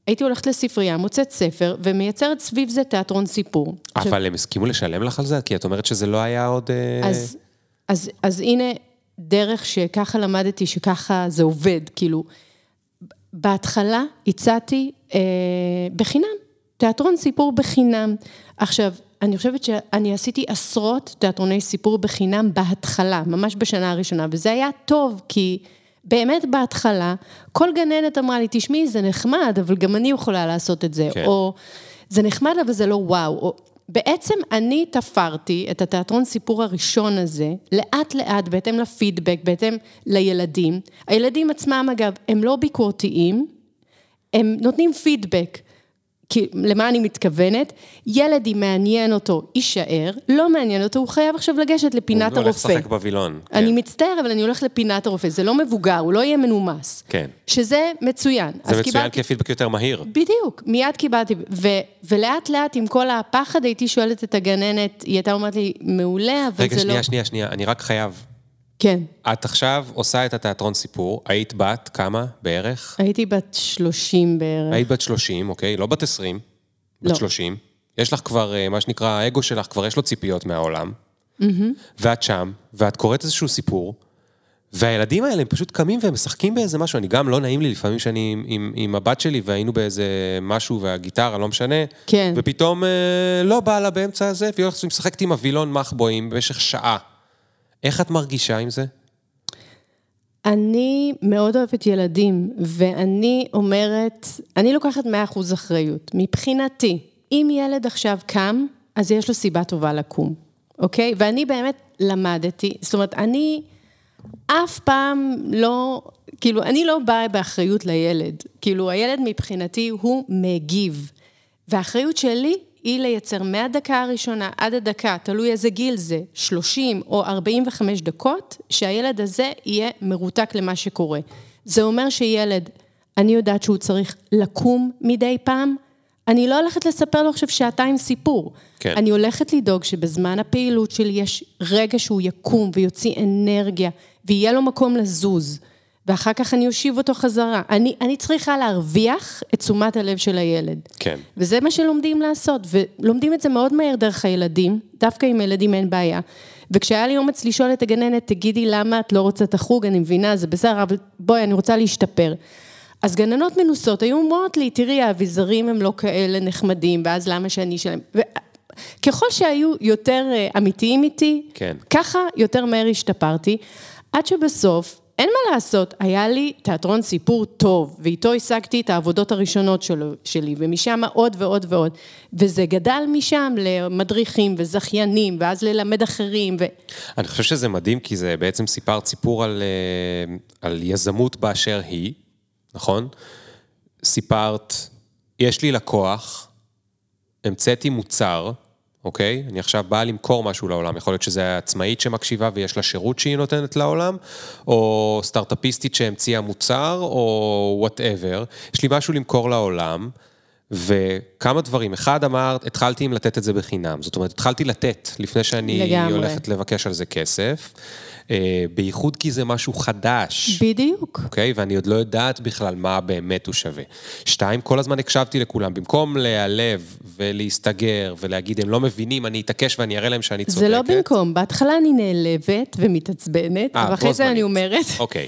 הייתי הולכת לספרייה, מוצאת ספר, ומייצרת סביב זה תיאטרון סיפור. אבל הם הסכימו לשלם לך על זה? כי את אומרת שזה לא היה עוד... אז הנה דרך שככה למדתי, שככה זה עובד, כאילו, בהתחלה הצעתי בחינם, תיאטרון סיפור בחינם. עכשיו, אני חושבת שאני עשיתי עשרות תיאטרוני סיפור בחינם בהתחלה, ממש בשנה הראשונה, וזה היה טוב, כי באמת בהתחלה, כל גננת אמרה לי, תשמעי, זה נחמד, אבל גם אני יכולה לעשות את זה, כן. או זה נחמד, אבל זה לא וואו, או... בעצם אני תפרתי את התיאטרון סיפור הראשון הזה, לאט לאט, בהתאם לפידבק, בהתאם לילדים. הילדים עצמם, אגב, הם לא ביקורתיים, הם נותנים פידבק, כי למה אני מתכוונת? ילד אם מעניין אותו, יישאר, לא מעניין אותו, הוא חייב עכשיו לגשת לפינת הרופא. הוא הולך לשחק בווילון. אני מצטער, אבל אני הולך לפינת הרופא, זה לא מבוגר, הוא לא יהיה מנומס. כן. שזה מצוין. זה מצוין כפידבק יותר מהיר. בדיוק, מיד קיבלתי, ולאט לאט עם כל הפחד הייתי שואלת את הגננת, היא הייתה אומרת לי, מעולה, אבל זה לא... רגע, שנייה, אני רק חייב. כן. את עכשיו עושה את התיאטרון סיפור, היית בת כמה בערך? הייתי בת 30 בערך. היית בת 30, אוקיי, לא בת 20, בת 30. יש לך כבר, מה שנקרא, האגו שלך כבר יש לו ציפיות מהעולם, ואת שם, ואת קוראת איזשהו סיפור, והילדים האלה הם פשוט קמים והם משחקים באיזה משהו, אני גם לא נעים לי לפעמים שאני עם הבת שלי, והיינו באיזה משהו, והגיטרה, לא משנה, כן. ופתאום לא באה לה באמצע הזה, והיא הולכת ומשחקת עם הווילון מחבואים במשך שעה. איך את מרגישה עם זה? אני מאוד אוהבת ילדים, ואני אומרת, אני לוקחת 100% אחריות. מבחינתי, אם ילד עכשיו קם, אז יש לו סיבה טובה לקום, אוקיי? ואני באמת למדתי, זאת אומרת, אני אף פעם לא, כאילו, אני לא באה באחריות לילד. כאילו, הילד מבחינתי הוא מגיב. והאחריות שלי היא לייצר מהדקה הראשונה עד הדקה, תלוי איזה גיל זה, 30 או 45 דקות, שהילד הזה יהיה מרותק למה שקורה. זה אומר שילד, אני יודעת שהוא צריך לקום מדי פעם, אני לא הולכת לספר לו עכשיו שעתיים סיפור. כן. אני הולכת לדאוג שבזמן הפעילות שלי יש רגע שהוא יקום ויוציא אנרגיה, ויהיה לו מקום לזוז, ואחר כך אני אושיב אותו חזרה. אני צריכה להרוויח את תשומת הלב של הילד. כן. וזה מה שלומדים לעשות, ולומדים את זה מאוד מהר דרך הילדים, דווקא עם הילדים אין בעיה. וכשהיה לי אומץ לשאול את הגננת, תגידי למה את לא רוצה את החוג, אני מבינה, זה בסדר, אבל בואי, אני רוצה להשתפר. אז גננות מנוסות היו אומרות לי, תראי, האביזרים הם לא כאלה נחמדים, ואז למה שאני שלהם? ככל שהיו יותר אמיתיים איתי, כן. ככה יותר מהר השתפרתי, עד שבסוף, אין מה לעשות, היה לי תיאטרון סיפור טוב, ואיתו השגתי את העבודות הראשונות שלי, ומשם עוד ועוד ועוד, וזה גדל משם למדריכים וזכיינים, ואז ללמד אחרים. אני חושב שזה מדהים, כי זה בעצם סיפור על יזמות באשר היא, נכון? סיפרת, יש לי לקוח, המצאתי מוצר, אוקיי? אני עכשיו באה למכור משהו לעולם, יכול להיות שזה עצמאית שמקשיבה ויש לה שירות שהיא נותנת לעולם, או סטארט-אפיסטית שהמציאה מוצר, או whatever. יש לי משהו למכור לעולם, וכמה דברים. אחד אמרת, התחלתי עם לתת את זה בחינם, זאת אומרת, התחלתי לתת לפני שאני הולכת לבקש על זה כסף, בייחוד כי זה משהו חדש. בדיוק. אוקיי? ואני עוד לא יודעת בכלל מה באמת הוא שווה. 2, כל הזמן הקשבתי לכולם, במקום להיעלב ולהסתגר ולהגיד, הם לא מבינים, אני אתעקש ואני אראה להם שאני צודקת. זה לא במקום, בהתחלה אני נעלבת ומתעצבנת, ואחרי זה אני אומרת,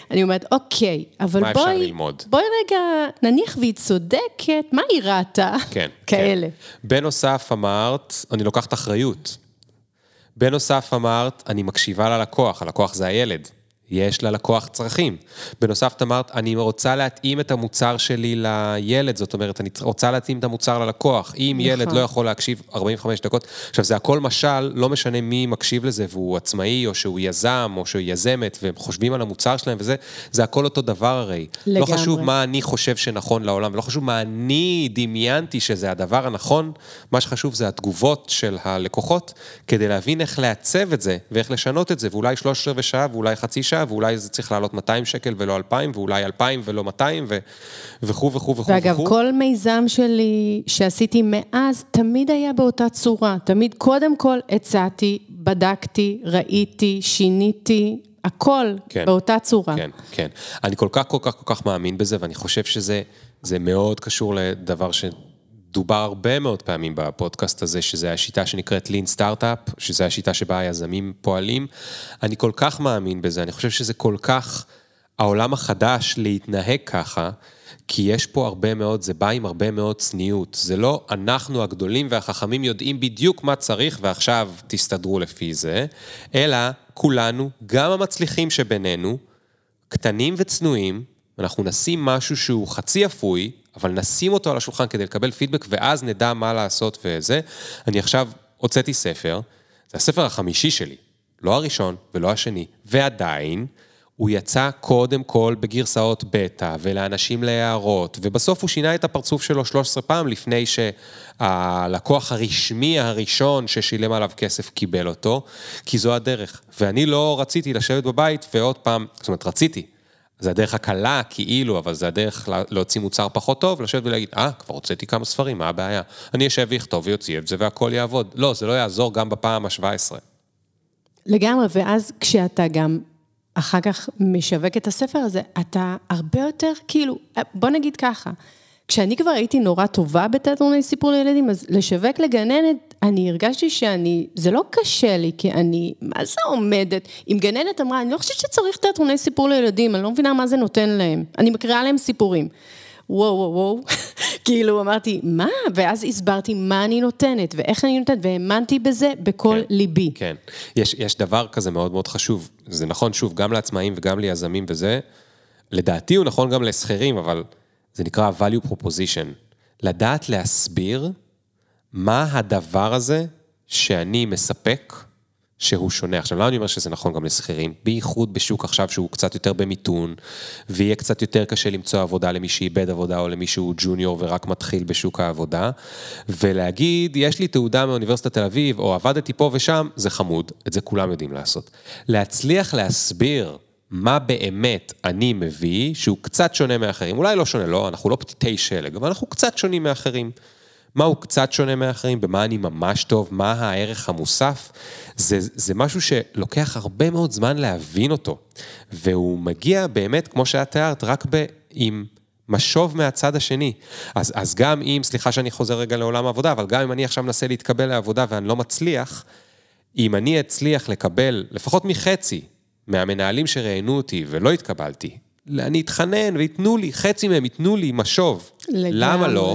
אוקיי, אבל בואי רגע, נניח והיא צודקת, מה היא ראתה? כן. כאלה. בנוסף אמרת, אני לוקחת אחריות. בנוסף אמרת, אני מקשיבה ללקוח, הלקוח זה הילד, יש ללקוח צרכים. בנוסף אמרת, אני רוצה להתאים את המוצר שלי לילד, זאת אומרת, אני רוצה להתאים את המוצר ללקוח. אם ילד לא יכול להקשיב 45 דקות, עכשיו זה הכל משל, לא משנה מי מקשיב לזה, והוא עצמאי, או שהוא יזם, או שהוא יזמת, והם חושבים על המוצר שלהם, וזה, זה הכל אותו דבר הרי. לגמרי. לא חשוב מה אני חושב שנכון לעולם, ולא חשוב מה אני דמיינתי שזה הדבר הנכון, מה שחשוב זה התגובות של הלקוחות, כדי להבין איך לעצב את זה, ואיך לשנות את זה, ואולי 13 שעה, ואולי חצי שעה, ואולי זה צריך לעלות 200 שקל ולא 2,000, ואולי 2,000 ולא 200, וכו' וכו' וכו'. ואגב, כל מיזם שלי שעשיתי מאז, תמיד היה באותה צורה. תמיד קודם כל הצעתי, בדקתי, ראיתי, שיניתי, הכל באותה צורה. כן, כן. אני כל כך מאמין בזה, ואני חושב שזה זה מאוד קשור לדבר שדובר הרבה מאוד פעמים בפודקאסט הזה, שזה השיטה שנקראת Lean Startup, שזה השיטה שבה היזמים פועלים. אני כל כך מאמין בזה, אני חושב שזה כל כך העולם החדש להתנהג ככה, כי יש פה הרבה מאוד, זה בא עם הרבה מאוד צניעות. זה לא אנחנו הגדולים והחכמים יודעים בדיוק מה צריך, ועכשיו תסתדרו לפי זה, אלא כולנו, גם המצליחים שבינינו, קטנים וצנועים, אנחנו נשים משהו שהוא חצי אפוי, אבל נשים אותו על השולחן כדי לקבל פידבק, ואז נדע מה לעשות וזה. אני עכשיו הוצאתי ספר, זה הספר החמישי שלי, לא הראשון ולא השני, ועדיין הוא יצא קודם כל בגרסאות בטא, ולאנשים להערות, ובסוף הוא שינה את הפרצוף שלו 13 פעם, לפני שהלקוח הרשמי הראשון ששילם עליו כסף קיבל אותו, כי זו הדרך. ואני לא רציתי לשבת בבית, ועוד פעם, זאת אומרת, רציתי. זה הדרך הקלה, כאילו, אבל זה הדרך להוציא מוצר פחות טוב, לשבת ולהגיד, כבר הוצאתי כמה ספרים, מה הבעיה? אני אשב ויכתוב ויוציא את זה, והכל יעבוד. לא, זה לא יעזור גם בפעם ה-17. לגמרי, ואז כשאתה גם אחר כך משווק את הספר הזה, אתה הרבה יותר, כאילו, בוא נגיד ככה, כשאני כבר הייתי נורא טובה בתיאטרוני סיפור לילדים, אז לשווק לגננת, אני הרגשתי זה לא קשה לי, כי אני, מה זה עומדת? אם גננת אמרה, אני לא חושבת שצריך תיאטרוני סיפור לילדים, אני לא מבינה מה זה נותן להם. אני מקריאה להם סיפורים. וואו, כאילו אמרתי, מה? ואז הסברתי מה אני נותנת, ואיך אני נותנת, והאמנתי בזה בכל ליבי. כן, יש דבר כזה מאוד מאוד חשוב, זה נכון שוב, גם לעצמאים וגם ליזמים וזה, לדעתי הוא נכון גם לסחרים, אבל זה נקרא value proposition, לדעת להסביר מה הדבר הזה שאני מספק, שהוא שונה. עכשיו, למה אני אומר שזה נכון גם לסחירים? בייחוד בשוק עכשיו שהוא קצת יותר במיתון, ויהיה קצת יותר קשה למצוא עבודה למי שאיבד עבודה, או למי שהוא ג'וניור ורק מתחיל בשוק העבודה, ולהגיד, יש לי תעודה מאוניברסיטת תל אביב, או עבדתי פה ושם, זה חמוד. את זה כולם יודעים לעשות. להצליח להסביר מה באמת אני מביא, שהוא קצת שונה מאחרים. אולי לא שונה, לא, אנחנו לא פתיתי שלג, אבל אנחנו קצת שונים מאחרים. מה הוא קצת שונה מאחרים, במה אני ממש טוב, מה הערך המוסף, זה משהו שלוקח הרבה מאוד זמן להבין אותו, והוא מגיע באמת, כמו שאת תיארת, רק עם משוב מהצד השני. אז גם אם, סליחה שאני חוזר רגע לעולם העבודה, אבל גם אם אני עכשיו מנסה להתקבל לעבודה ואני לא מצליח, אם אני אצליח לקבל לפחות מחצי מהמנהלים שראיינו אותי ולא התקבלתי, אני אתחנן ויתנו לי, חצי מהם יתנו לי משוב. לגמרי. למה לא?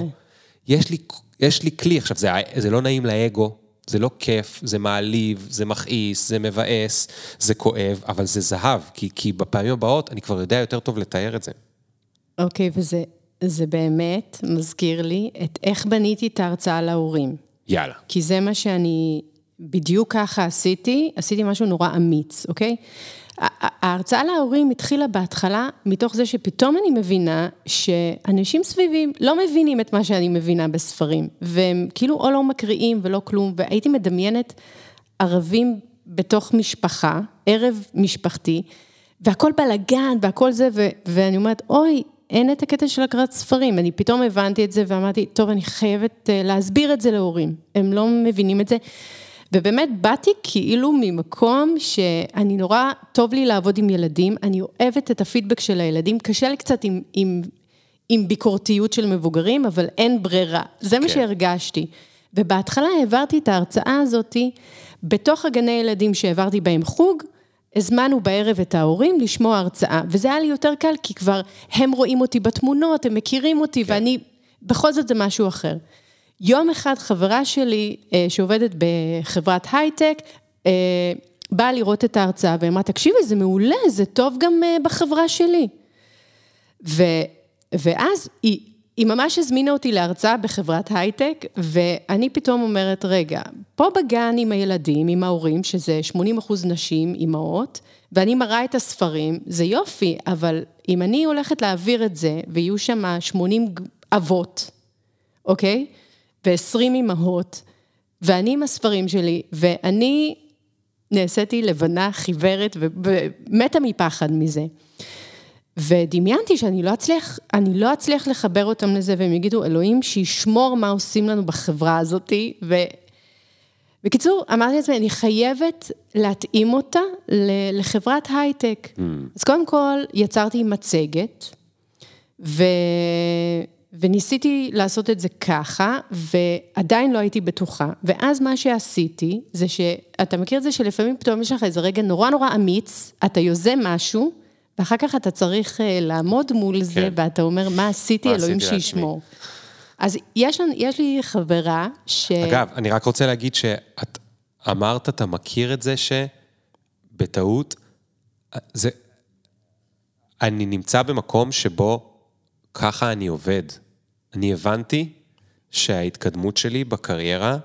יש לי כלי, עכשיו זה לא נעים לאגו, זה לא כיף, זה מעליב, זה מכעיס, זה מבאס, זה כואב, אבל זה זהב, כי בפעמים הבאות אני כבר יודע יותר טוב לתאר את זה. אוקיי, וזה באמת מזכיר לי את איך בניתי את ההרצאה להורים. יאללה. כי זה מה שאני בדיוק ככה עשיתי משהו נורא אמיץ, אוקיי? ההרצאה להורים התחילה בהתחלה מתוך זה שפתאום אני מבינה שאנשים סביבים לא מבינים את מה שאני מבינה בספרים, והם כאילו או לא מקריאים ולא כלום, והייתי מדמיינת ערבים בתוך משפחה, ערב משפחתי, והכל בלגן והכל זה, ואני אומרת, אוי, אין את הקטע של הקראת ספרים, אני פתאום הבנתי את זה ואמרתי, טוב, אני חייבת להסביר את זה להורים, הם לא מבינים את זה, ובאמת באתי כאילו ממקום שאני נורא טוב לי לעבוד עם ילדים, אני אוהבת את הפידבק של הילדים, קשה לי קצת עם ביקורתיות של מבוגרים, אבל אין ברירה, זה מה שהרגשתי. ובהתחלה העברתי את ההרצאה הזאת, בתוך הגני ילדים שהעברתי בהם חוג, הזמנו בערב את ההורים לשמוע הרצאה, וזה היה לי יותר קל, כי כבר הם רואים אותי בתמונות, הם מכירים אותי, ואני, בכל זאת זה משהו אחר. יום אחד חברה שלי שעובדת בחברת הייטק, באה לראות את ההרצאה, ואמרה, תקשיבי, זה מעולה, זה טוב גם בחברה שלי. ואז היא ממש הזמינה אותי להרצאה בחברת הייטק, ואני פתאום אומרת, רגע, פה בגן עם הילדים, עם ההורים, שזה 80% נשים, אמהות, ואני מראה את הספרים, זה יופי, אבל אם אני הולכת להעביר את זה, ויהיו שם 80 אבות, אוקיי? ו20 אמהות, ואני עם הספרים שלי, ואני נעשיתי לבנה חיוורת, ומתה מפחד מזה. ודמיינתי שאני לא אצליח לחבר אותם לזה, והם יגידו, אלוהים, שישמור מה עושים לנו בחברה הזאת, בקיצור, אמרתי לעצמי, אני חייבת להתאים אותה לחברת הייטק. אז קודם כל, יצרתי מצגת, וניסיתי לעשות את זה ככה, ועדיין לא הייתי בטוחה. ואז מה שעשיתי, זה שאתה מכיר את זה שלפעמים פתאום יש לך איזה רגע נורא נורא אמיץ, אתה יוזם משהו, ואחר כך אתה צריך לעמוד מול זה, ואתה אומר, מה עשיתי, אלוהים שישמור. אז יש לי חברה אגב, אני רק רוצה להגיד שאת אמרת, אתה מכיר את זה שבטעות, אני נמצא במקום שבו ככה אני עובד. אני הבנתי שההתקדמות שלי בקריירה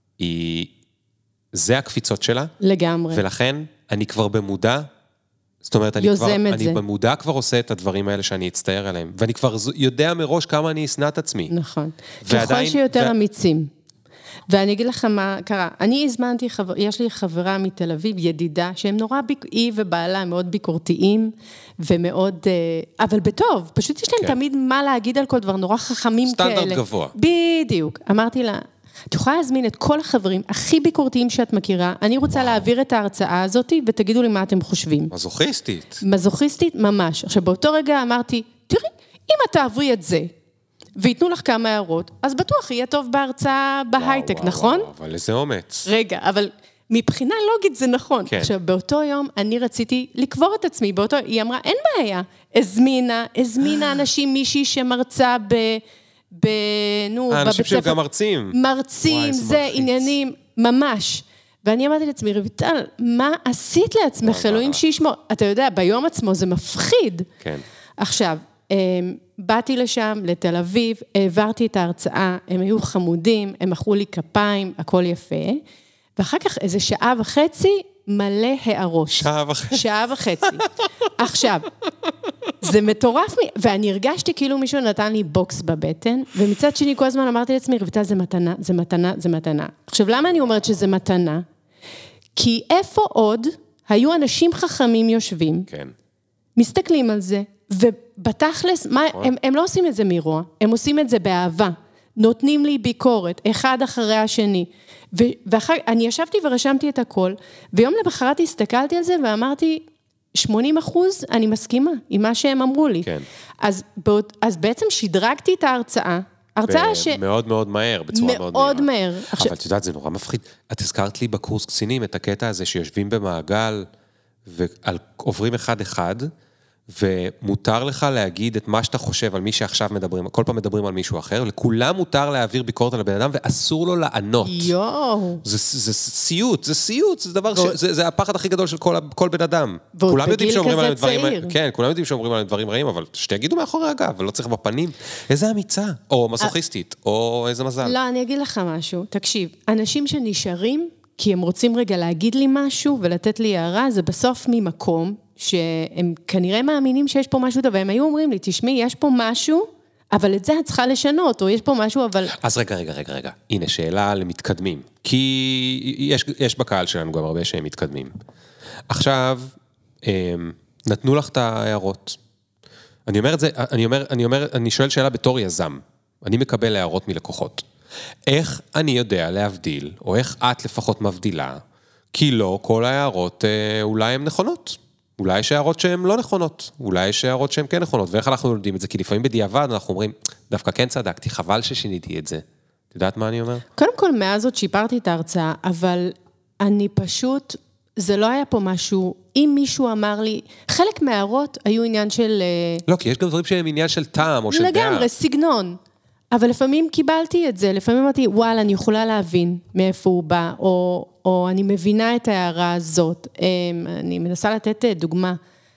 זה הקפיצות שלה. לגמרי. ולכן אני כבר במודע, זאת אומרת, אני במודע כבר עושה את הדברים האלה שאני אצטער עליהם, ואני כבר יודע מראש כמה אני אסנע את עצמי. נכון. ככל שיותר אמיצים. ואני אגיד לך מה קרה. אני הזמנתי, יש לי חברה מתל אביב, ידידה, שהם נורא, היא ובעלה מאוד ביקורתיים, ומאוד, אבל בטוב, פשוט יש להם תמיד מה להגיד על כל דבר, נורא חכמים כאלה. סטנדרט גבוה. בדיוק. אמרתי לה, את יכולה להזמין את כל החברים הכי ביקורתיים שאת מכירה, אני רוצה להעביר את ההרצאה הזאת, ותגידו לי מה אתם חושבים. מזוכיסטית. מזוכיסטית, ממש. עכשיו, באותו רגע אמרתי, תראי, אם את תעברי את זה, ויתנו לך כמה הערות, אז בטוח יהיה טוב בהרצאה בהייטק, נכון? אבל איזה אומץ. רגע, אבל מבחינה לוגית זה נכון. כן. עכשיו, באותו יום אני רציתי לקבור את עצמי, היא אמרה, אין בעיה, הזמינה אנשים, מישהי שמרצה האנשים שהם גם מרצים. מרצים, זה עניינים, ממש. ואני אמרתי לעצמי, רויטל, מה עשית לעצמך, אלוהים שישמור? אתה יודע, ביום עצמו זה מפחיד. כן. עכשיו, באתי לשם, לתל אביב, העברתי את ההרצאה, הם היו חמודים, הם מחאו לי כפיים, הכל יפה, ואחר כך איזה שעה וחצי, מלא הערות. שעה וחצי. עכשיו, זה מטורף, ואני הרגשתי כאילו מישהו נתן לי בוקס בבטן, ומצד שני כל הזמן אמרתי לעצמי, רויטל, זה מתנה, זה מתנה, זה מתנה. עכשיו, למה אני אומרת שזה מתנה? כי איפה עוד היו אנשים חכמים יושבים, כן. מסתכלים על זה, ובתכלס, הם לא עושים את זה מרוע, הם עושים את זה באהבה, נותנים לי ביקורת, אחד אחרי השני, ואני ישבתי ורשמתי את הכל, ויום למחרת הסתכלתי על זה ואמרתי, 80% אני מסכימה עם מה שהם אמרו לי. כן. אז בעצם שדרגתי את ההרצאה, מאוד מאוד מהר, בצורה מאוד מהירה. מאוד מהר. אבל את יודעת, זה נורא מפחיד. את הזכרת לי בקורס קצינים את הקטע הזה שיושבים במעגל, ועוברים אחד-אחד, ומותר לך להגיד את מה שאתה חושב על מי שעכשיו מדברים, כל פעם מדברים על מישהו אחר, לכולם מותר להעביר ביקורת על הבן אדם, ואסור לו לענות. זה סיוט, זה דבר, זה הפחד הכי גדול של כל בן אדם. כולם יודעים שאומרים עליהם דברים, כן, כולם יודעים שאומרים עליהם דברים רעים, אבל שתגידו מאחורי הגב, ולא צריך בפנים. איזה אמיצה, או מזוכיסטית, או איזה מזל. לא, אני אגיד לך משהו, תקשיב, אנשים שנשארים, כי הם רוצים רגע להגיד לי משהו, ולתת לי הערה, זה בסוף ממקום, שהם כנראה מאמינים שיש פה משהו טוב, והם היו אומרים לי, תשמעי, יש פה משהו, אבל את זה את צריכה לשנות, או יש פה משהו, אבל... אז רגע. הנה, שאלה למתקדמים. כי יש בקהל שלנו גם הרבה שהם מתקדמים. עכשיו, נתנו לך את ההערות. אני אומר את זה, אני שואל שאלה בתור יזם. אני מקבל הערות מלקוחות. איך אני יודע להבדיל, או איך את לפחות מבדילה, כי לא כל ההערות אולי הן נכונות. אולי יש הערות שהן לא נכונות, אולי יש הערות שהן כן נכונות, ואיך אנחנו יודעים את זה? כי לפעמים בדיעבד אנחנו אומרים, דווקא כן צדקתי, חבל ששיניתי את זה. את יודעת מה אני אומר? קודם כל, מאז עוד שיפרתי את ההרצאה, אבל אני פשוט, זה לא היה פה משהו, אם מישהו אמר לי, חלק מהערות היו עניין של... לא, כי יש גם דברים שהם עניין של טעם או של דעה. לגמרי, סגנון. אבל לפעמים קיבלתי את זה, לפעמים אמרתי, וואלה, אני יכולה להבין מאיפה הוא בא, או אני מבינה את ההערה הזאת. אני מנסה לתת דוגמה.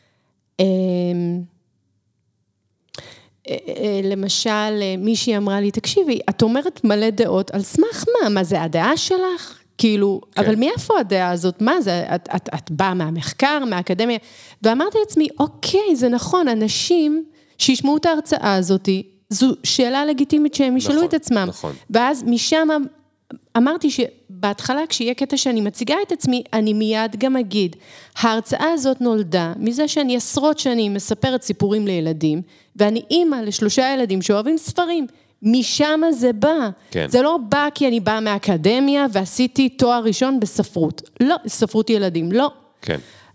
למשל, מישהי אמרה לי, תקשיבי, את אומרת מלא דעות, על סמך מה? מה זה הדעה שלך? כאילו, כן. אבל מאיפה הדעה הזאת? מה זה? את באה מהמחקר, מהאקדמיה? ואמרתי לעצמי, אוקיי, זה נכון, אנשים שישמעו את ההרצאה הזאת, זו שאלה לגיטימית שהם ישאלו את עצמם. נכון. ואז משם אמרתי שבהתחלה כשיהיה קטע שאני מציגה את עצמי, אני מיד גם אגיד, ההרצאה הזאת נולדה מזה שאני עשרות שנים מספרת סיפורים לילדים, ואני אימא ל3 ילדים שאוהבים ספרים, משם זה בא. כן. זה לא בא כי אני באה מהאקדמיה ועשיתי תואר ראשון בספרות. לא, ספרות ילדים, לא. כן.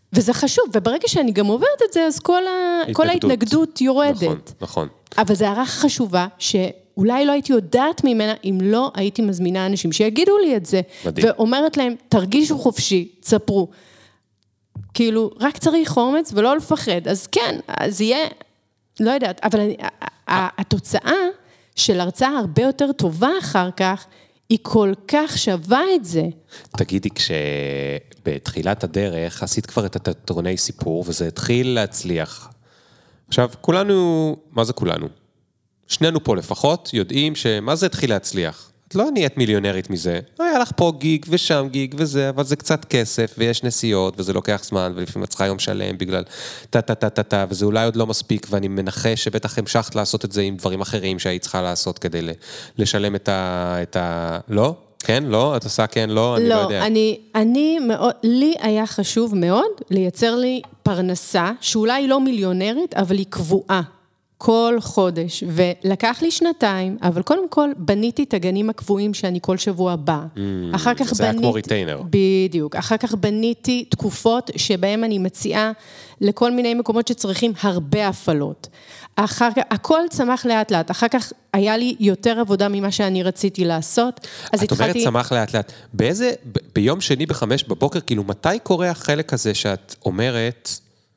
וזה חשוב, וברגע שאני גם עוברת את זה, אז כל ההתנגדות יורדת. נכון, נכון. אבל זו הערה חשובה, שאולי לא הייתי יודעת ממנה, אם לא הייתי מזמינה אנשים שיגידו לי את זה, מדהים. ואומרת להם, תרגישו חופשי, תספרו. כאילו, רק צריך אומץ ולא לפחד. אז כן, אז יהיה, לא יודעת, אבל התוצאה של הרצאה הרבה יותר טובה אחר כך, היא כל כך שווה את זה. תגידי, כשבתחילת הדרך עשית כבר את התיאטרוני סיפור, וזה התחיל להצליח. עכשיו, כולנו, מה זה כולנו? שנינו פה לפחות יודעים שמה זה התחיל להצליח. את לא נהיית מיליונרית מזה. היה לך פה גיג ושם גיג וזה, אבל זה קצת כסף ויש נסיעות וזה לוקח זמן ולפעמים את צריכה יום שלם בגלל טה, וזה אולי עוד לא מספיק ואני מנחש שבטח המשכת לעשות את זה עם דברים אחרים שהיית צריכה לעשות כדי לשלם את ה... לא? כן? לא? את עושה כן? לא? אני לא יודע. אני מאוד, לי היה חשוב מאוד לייצר לי פרנסה שאולי לא מיליונרית, אבל היא קבועה. כל חודש, ולקח לי 2, אבל קודם כל בניתי את הגנים הקבועים שאני כל שבוע באה. אחר כך זה היה כמו ריטיינר. בדיוק. אחר כך בניתי תקופות שבהם אני מציעה לכל מיני מקומות שצריכים הרבה הפעלות. אחר כך, הכל צמח לאט לאט. אחר כך היה לי יותר עבודה ממה שאני רציתי לעשות. את אומרת צמח לאט לאט. ביום שני ב5 בבוקר, כאילו מתי קורה החלק הזה שאת אומרת...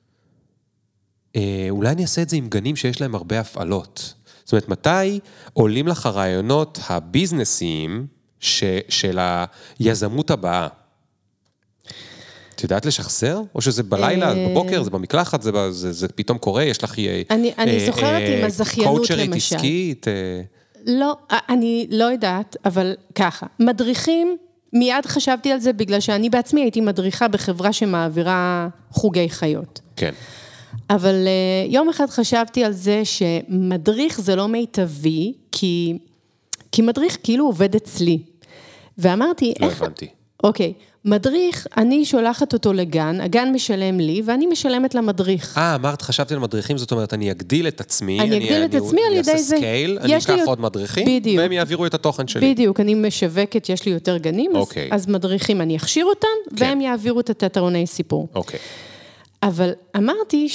אולי אני אעשה את זה עם גנים שיש להם הרבה הפעלות. זאת אומרת, מתי עולים לך הרעיונות הביזנסיים של היזמות הבאה? את יודעת לשחזר? או שזה בלילה, בבוקר, זה במקלחת, זה פתאום קורה, יש לך... אני זוכרת עם הזכיינות קואוצ'רית למשל. עסקית? לא, אני לא יודעת, אבל ככה. מדריכים, מיד חשבתי על זה, בגלל שאני בעצמי הייתי מדריכה בחברה שמעבירה חוגי חיות. כן. אבל יום אחד חשבתי על זה שמדריך זה לא מיטבי, כי מדריך כאילו עובד אצלי. ואמרתי, לא הבנתי. אוקיי, מדריך, אני שולחת אותו לגן, הגן משלם לי, ואני משלמת למדריך. אמרת, חשבתי על מדריכים, זאת אומרת, אני אגדיל את עצמי, אני אגדיל את עצמי על ידי זה. אני אעשה סקייל, אני אקח עוד מדריכים, והם יעבירו את התוכן שלי. בדיוק, אני משווקת, יש לי יותר גנים, אז מדריכים, אני אכשיר אותם, והם יעבירו את התיאטרוני סיפור. אוקיי. אבל אמרתי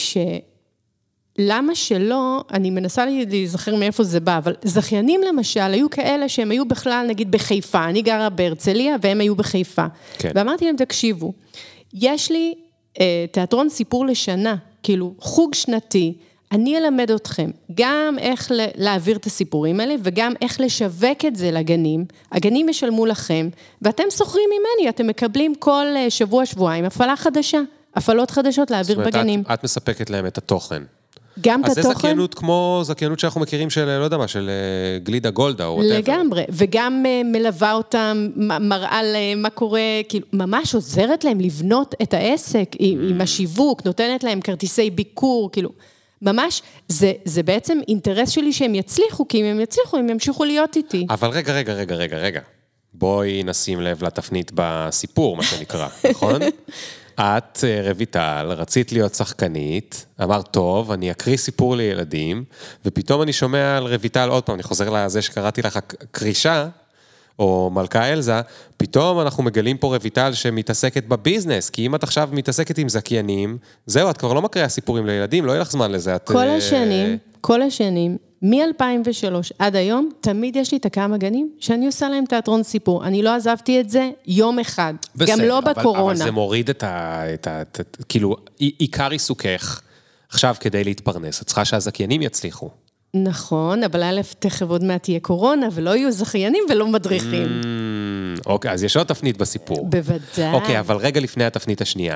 למה שלא, אני מנסה להיזכר מאיפה זה בא, אבל זכיינים למשל, היו כאלה שהם היו בכלל, נגיד בחיפה, אני גרה בהרצליה, והם היו בחיפה. כן. ואמרתי להם, תקשיבו, יש לי תיאטרון סיפור לשנה, כאילו חוג שנתי, אני אלמד אתכם גם איך להעביר את הסיפורים האלה, וגם איך לשווק את זה לגנים, הגנים ישלמו לכם, ואתם סוחרים ממני, אתם מקבלים כל שבוע-שבועיים, הפעלה חדשה, הפעלות חדשות להעביר בגנים. זאת אומרת, את מספקת להם את התוכן. גם את התוכן. אז זה זכיינות כמו זכיינות שאנחנו מכירים של, לא יודע מה, של גלידה גולדה או whatever. לגמרי, וגם מלווה אותם, מראה להם מה קורה, כאילו, ממש עוזרת להם לבנות את העסק עם השיווק, נותנת להם כרטיסי ביקור, כאילו, ממש, זה בעצם אינטרס שלי שהם יצליחו, כי אם הם יצליחו, הם ימשיכו להיות איתי. אבל רגע. בואי נשים לב לתפנית בסיפור, מה שנקרא, נכון? את, רויטל, רצית להיות שחקנית, אמרת, טוב, אני אקריא סיפור לילדים, ופתאום אני שומע על רויטל, עוד פעם, אני חוזר לזה שקראתי לך קרישה, או מלכה אלזה, פתאום אנחנו מגלים פה רויטל שמתעסקת בביזנס, כי אם את עכשיו מתעסקת עם זכיינים, זהו, את כבר לא מקריאה סיפורים לילדים, לא יהיה לך זמן לזה. כל השנים, מ-2003 עד היום, תמיד יש לי את הכמה גנים, שאני עושה להם תיאטרון סיפור. אני לא עזבתי את זה יום אחד, גם לא בקורונה. אבל זה מוריד כאילו, עיקר עיסוקך, עכשיו כדי להתפרנס, את צריכה שהזכיינים יצליחו. נכון, אבל א', תכף עוד מעט תהיה קורונה, ולא יהיו זכיינים ולא מדריכים. אוקיי, אז יש עוד תפנית בסיפור. בוודאי. אוקיי, אבל רגע לפני התפנית השנייה.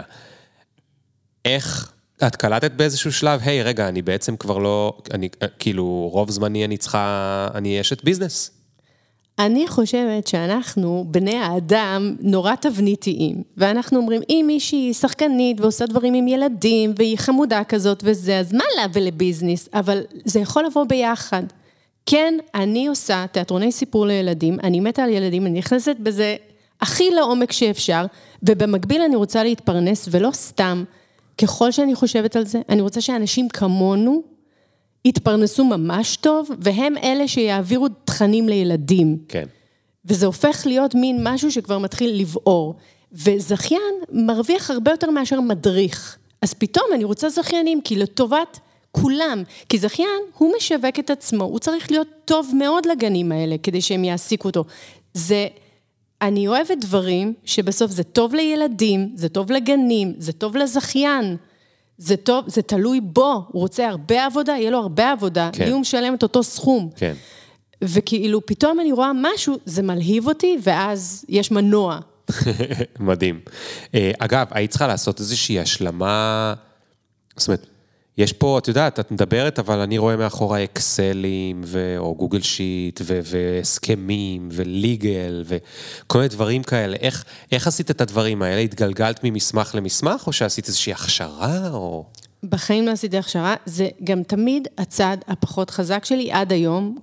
איך את קלטת באיזשהו שלב, היי, רגע, אני בעצם כבר לא, כאילו, רוב זמני אני אשת ביזנס. אני חושבת שאנחנו, בני האדם, נורא תבניתיים, ואנחנו אומרים, אם מישהי שחקנית ועושה דברים עם ילדים, והיא חמודה כזאת וזה, אז מה לה ולביזנס? אבל זה יכול לבוא ביחד. כן, אני עושה תיאטרוני סיפור לילדים, אני מתה על ילדים, אני נכנסת בזה הכי לעומק שאפשר, ובמקביל אני רוצה להתפרנס, ולא סתם, ככל שאני חושבת על זה, אני רוצה שאנשים כמונו, יתפרנסו ממש טוב, והם אלה שיעבירו תכנים לילדים. כן. וזה הופך להיות מין משהו שכבר מתחיל לבעור. וזכיין מרוויח הרבה יותר מאשר מדריך. אז פתאום אני רוצה זכיינים, כי לטובת כולם, כי זכיין הוא משווק את עצמו, הוא צריך להיות טוב מאוד לגנים האלה, כדי שהם יעסיקו אותו. אני אוהבת דברים שבסוף זה טוב לילדים, זה טוב לגנים, זה טוב לזכיין, זה טוב, זה תלוי בו, הוא רוצה הרבה עבודה, יהיה לו הרבה עבודה, לי הוא משלם את אותו סכום. כן. וכאילו פתאום אני רואה משהו, זה מלהיב אותי, ואז יש מנוע. מדהים. אגב, היית צריכה לעשות איזושהי השלמה, זאת אומרת, יש פה, את יודעת, את מדברת, אבל אני רואה מאחורי אקסלים, או גוגל שיט, והסכמים, וליגל, וכל מיני דברים כאלה. איך עשית את הדברים האלה? התגלגלת ממסמך למסמך, או שעשית איזושהי הכשרה, או... בחיים לא עשיתי הכשרה, זה גם תמיד הצד הפחות חזק שלי עד היום.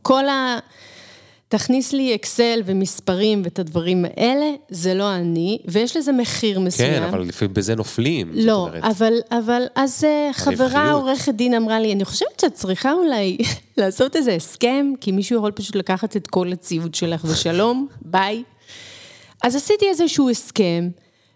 תכניס לי אקסל ומספרים ואת הדברים האלה, זה לא אני, ויש לזה מחיר מסוים. כן, אבל לפעמים בזה נופלים. לא, אבל אז חברה עורכת דין אמרה לי, אני חושבת שאת צריכה אולי לעשות איזה הסכם, כי מישהו יכול פשוט לקחת את כל הציוד שלך ושלום, ביי. אז עשיתי איזשהו הסכם,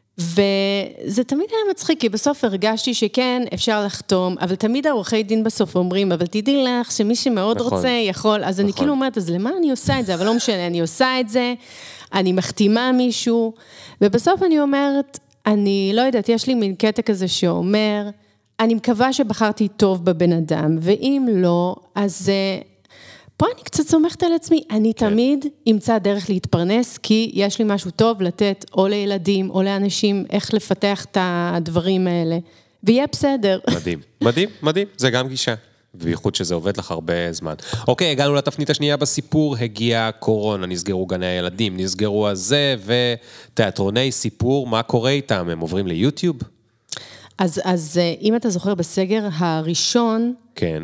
וזה תמיד היה מצחיק, כי בסוף הרגשתי שכן, אפשר לחתום, אבל תמיד העורכי דין בסוף אומרים, אבל תדעי לך שמי שמאוד רוצה יכול, אז אני כאילו אומרת, אז למה אני עושה את זה? אבל לא משנה, אני עושה את זה, אני מחתימה מישהו, ובסוף אני אומרת, אני לא יודעת, יש לי מין קטע כזה שאומר, אני מקווה שבחרתי טוב בבן אדם, ואם לא, אז פה אני קצת סומכת על עצמי, אני תמיד אמצא דרך להתפרנס, כי יש לי משהו טוב לתת או לילדים או לאנשים, איך לפתח את הדברים האלה, ויהיה בסדר. מדהים, מדהים, מדהים, זה גם גישה, בייחוד שזה עובד לך הרבה זמן. אוקיי, הגענו לתפנית השנייה בסיפור, הגיעה קורונה, נסגרו גני הילדים, נסגרו הזה, ותיאטרוני סיפור, מה קורה איתם? הם עוברים ליוטיוב? אז אם אתה זוכר בסגר הראשון, כן.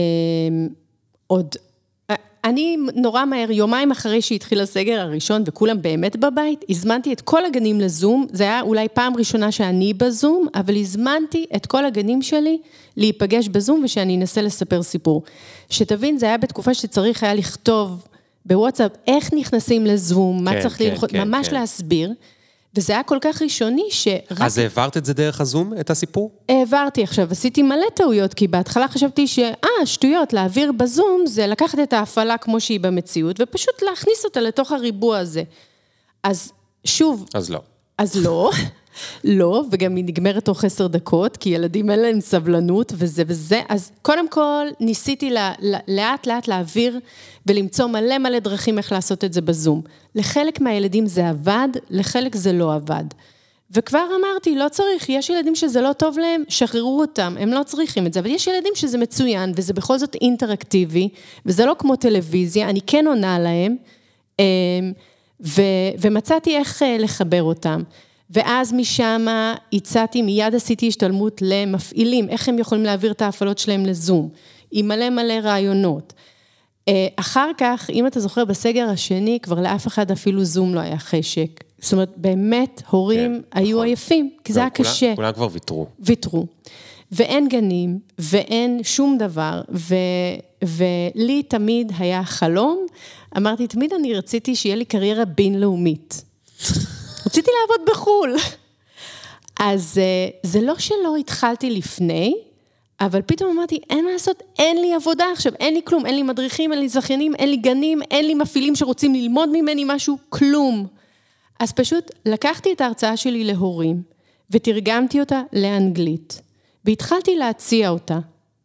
עוד... אני נורא מהר, יומיים אחרי שהתחיל הסגר הראשון, וכולם באמת בבית, הזמנתי את כל הגנים לזום, זה היה אולי פעם ראשונה שאני בזום, אבל הזמנתי את כל הגנים שלי להיפגש בזום, ושאני אנסה לספר סיפור. שתבין, זה היה בתקופה שצריך היה לכתוב בוואטסאפ, איך נכנסים לזום, מה צריך ללחוץ, ממש להסביר, וזה היה כל כך ראשוני אז העברת את זה דרך הזום, את הסיפור? העברתי עכשיו, עשיתי מלא טעויות, כי בהתחלה חשבתי שטויות, להעביר בזום, זה לקחת את ההפעלה כמו שהיא במציאות, ופשוט להכניס אותה לתוך הריבוע הזה. אז שוב... אז לא, לא, וגם היא נגמרת תוך 10 דקות, כי ילדים אין להם סבלנות וזה, אז קודם כל ניסיתי לאט לאט להעביר ולמצוא מלא דרכים איך לעשות את זה בזום. לחלק מהילדים זה עבד, לחלק זה לא עבד. וכבר אמרתי, לא צריך, יש ילדים שזה לא טוב להם, שחררו אותם, הם לא צריכים את זה, אבל יש ילדים שזה מצוין, וזה בכל זאת אינטראקטיבי, וזה לא כמו טלוויזיה, אני כן עונה להם, ומצאתי איך לחבר אותם. ואז משם הצעתי, מיד עשיתי השתלמות למפעילים, איך הם יכולים להעביר את ההפעלות שלהם לזום, עם מלא רעיונות. אחר כך, אם אתה זוכר, בסגר השני, כבר לאף אחד אפילו זום לא היה חשק. זאת אומרת, באמת, הורים היו עייפים, כי זה היה קשה. כולם כבר ויתרו. ואין גנים, ואין שום דבר, ולי תמיד היה חלום, אמרתי, תמיד אני רציתי שיהיה לי קריירה בינלאומית. רציתי לעבוד בחול. אז זה לא שלא התחלתי לפני, אבל פתאום אמרתי, אין מה לעשות, אין לי עבודה עכשיו, אין לי כלום, אין לי מדריכים, אין לי זכיינים, אין לי גנים, אין לי מפעילים שרוצים ללמוד ממני משהו, כלום. אז פשוט לקחתי את ההרצאה שלי להורים, ותרגמתי אותה לאנגלית, והתחלתי להציע אותה.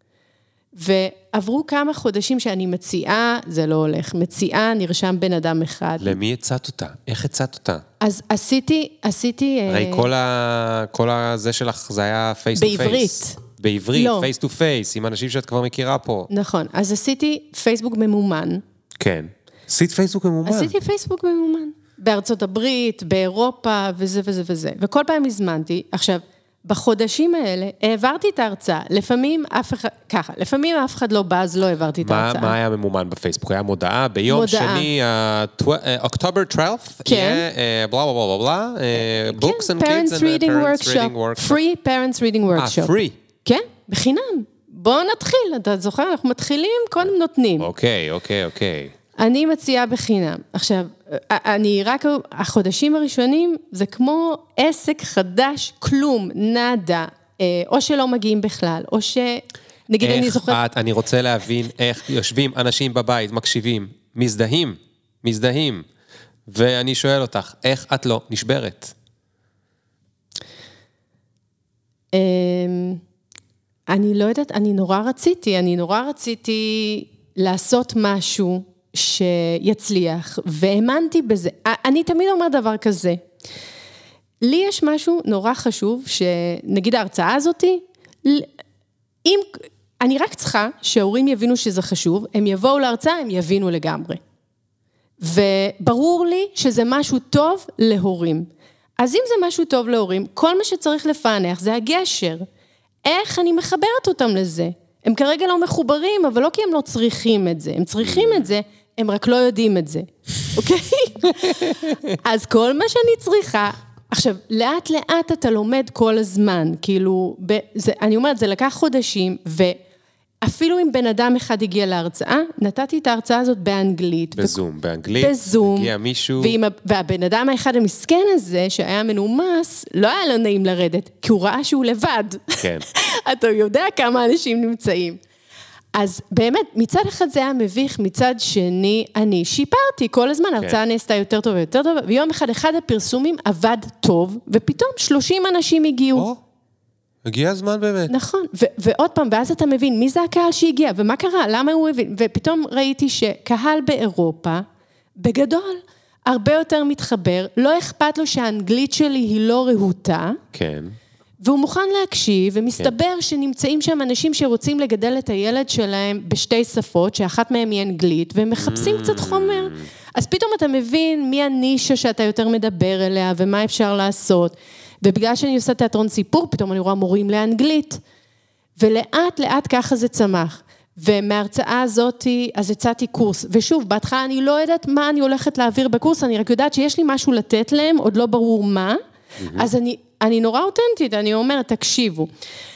ועברו כמה חודשים שאני מציעה, זה לא הולך, מציעה, נרשם בן אדם אחד. למי הצעת אותה? איך הצעת אותה? אז עשיתי... הרי כל הזה שלך, זה היה face to face. בעברית. בעברית, לא. face to face, עם אנשים שאת כבר מכירה פה. נכון, אז עשיתי פייסבוק ממומן. כן. עשית פייסבוק ממומן? עשיתי פייסבוק ממומן. בארצות הברית, באירופה, וזה. וכל פעם הזמנתי. עכשיו, בחודשים האלה, העברתי את ההרצאה. לפעמים אף אחד לא בא, אז לא העברתי את ההרצאה. מה היה ממומן בפייסבוק? היה מודעה ביום שני, אוקטובר 12, כן. בלה בלה בלה בלה, books and kids and parents reading workshop. Free parents reading workshop. free? כן, בחינם. בואו נתחיל, אתה זוכר, אנחנו מתחילים, קודם נותנים. אוקיי. אני מציעה בחינם. עכשיו, החודשים הראשונים זה כמו עסק חדש, כלום, נדה, או שלא מגיעים בכלל, או נגיד אני זוכרת... אני רוצה להבין איך יושבים אנשים בבית, מקשיבים, מזדהים, ואני שואל אותך, איך את לא נשברת? אני לא יודעת, אני נורא רציתי לעשות משהו שיצליח, והאמנתי בזה. אני תמיד אומר דבר כזה, לי יש משהו נורא חשוב, שנגיד ההרצאה הזאת, אני רק צריכה שההורים יבינו שזה חשוב, הם יבואו להרצאה, הם יבינו לגמרי. וברור לי שזה משהו טוב להורים. אז אם זה משהו טוב להורים, כל מה שצריך לפענח זה הגשר. איך אני מחברת אותם לזה? הם כרגע לא מחוברים, אבל לא כי הם לא צריכים את זה. הם צריכים את זה, הם רק לא יודעים את זה. אוקיי? אז כל מה שאני צריכה... עכשיו, לאט לאט אתה לומד כל הזמן, כאילו, אני אומרת, זה לקח חודשים, ואפילו אם בן אדם אחד הגיע להרצאה, נתתי את ההרצאה הזאת באנגלית. בזום, באנגלית, בזום, הגיע מישהו. והבן אדם האחד המסכן הזה, שהיה מנומס, לא היה לו נעים לרדת, כי הוא ראה שהוא לבד. כן. אתה יודע כמה אנשים נמצאים. אז באמת, מצד אחד זה היה מביך, מצד שני, אני שיפרתי כל הזמן, הרצאה נעשתה יותר טוב ויותר טוב, ויום אחד הפרסומים עבד טוב, ופתאום 30 אנשים הגיעו. הגיע הזמן באמת. נכון, ועוד פעם, ואז אתה מבין, מי זה הקהל שהגיע, ומה קרה, למה הוא הבין, ופתאום ראיתי שקהל באירופה, בגדול, הרבה יותר מתחבר, לא אכפת לו שהאנגלית שלי היא לא רהוטה, כן. והוא מוכן להקשיב, ומסתבר שנמצאים שם אנשים שרוצים לגדל את הילד שלהם בשתי שפות, שאחת מהם היא אנגלית, והם מחפשים קצת חומר. אז פתאום אתה מבין מי הנישה שאתה יותר מדבר אליה, ומה אפשר לעשות. ובגלל שאני עושה תיאטרון סיפור, פתאום אני רואה מורים לאנגלית. ולאט לאט ככה זה צמח. ומההרצאה הזאת, אז הצעתי קורס. ושוב, בהתחלה אני לא יודעת מה אני הולכת להעביר בקורס, אני רק יודעת שיש לי משהו לתת להם, עוד לא ברור מה. אז אני נורא אותנטית, אני אומרת, תקשיבו.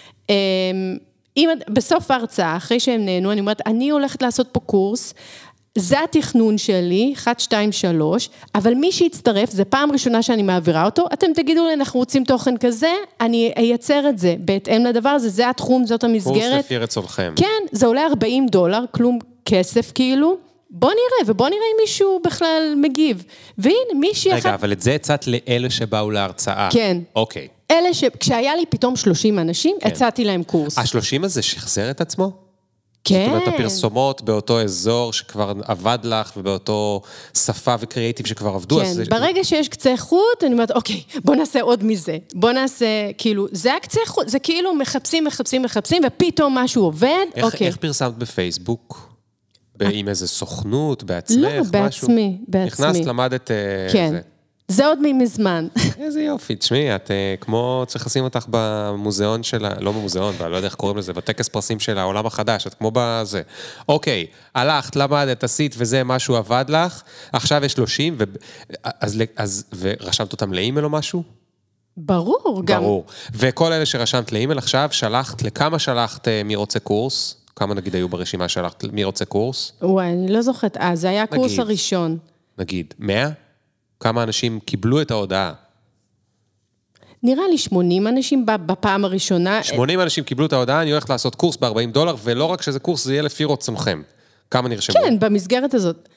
בסוף ההרצאה, אחרי שהם נהנו, אני אומרת, אני הולכת לעשות פה קורס, זה התכנון שלי, 1, 2, 3, אבל מי שיצטרף, זה פעם ראשונה שאני מעבירה אותו, אתם תגידו לי, אנחנו רוצים תוכן כזה, אני אייצר את זה, בהתאם לדבר הזה, זה התחום, זאת המסגרת. קורס לפי רצונכם. כן, זה עולה $40, כלום כסף כאילו, בוא נראה, ובוא נראה אם מישהו בכלל מגיב. והנה, מישהי רגע, אבל את זה הצעת לאלה שבאו להרצאה. כן. אוקיי. אלה כשהיה לי פתאום 30 אנשים, הצעתי להם קורס. 30 הזה שחזר את עצמו? כן. זאת אומרת, הפרסומות באותו אזור שכבר עבד לך, ובאותו שפה וקריאיטיב שכבר עבדו. כן, ברגע שיש קצה חוט, אני אומרת, אוקיי, בוא נעשה עוד מזה. בוא נעשה, כאילו, זה הקצה חוט, זה כאילו מחפשים, ופתאום משהו עובד, אוקיי. איך פרסמת בפייסבוק? עם איזה סוכנות, בעצמך, לא, בעצמי. נכנסת, למדת כן. זה עוד ממזמן. איזה יופי, תשמעי, את כמו צריך לשים אותך במוזיאון שלה, לא במוזיאון, לא יודע איך קוראים לזה, בטקס פרסים של העולם החדש, את כמו בזה. אוקיי, הלכת, למדת, עשית וזה, משהו עבד לך, עכשיו יש 30, ורשמת אותם לאימייל או משהו? ברור, גם. ברור. וכל אלה שרשמת לאימייל עכשיו, לכמה שלחת מי רוצה קורס? כמה נגיד היו ברשימה שלחת מי רוצה קורס? וואי, אני לא זוכרת, זה היה הקורס הראשון. נגיד, 100? כמה אנשים קיבלו את ההודעה? נראה לי 80 אנשים בפעם הראשונה. 80 אנשים קיבלו את ההודעה, אני הולכת לעשות קורס $40, ולא רק שזה קורס, זה יהיה לפי רצונכם. כמה נרשמו? כן, במסגרת הזאת.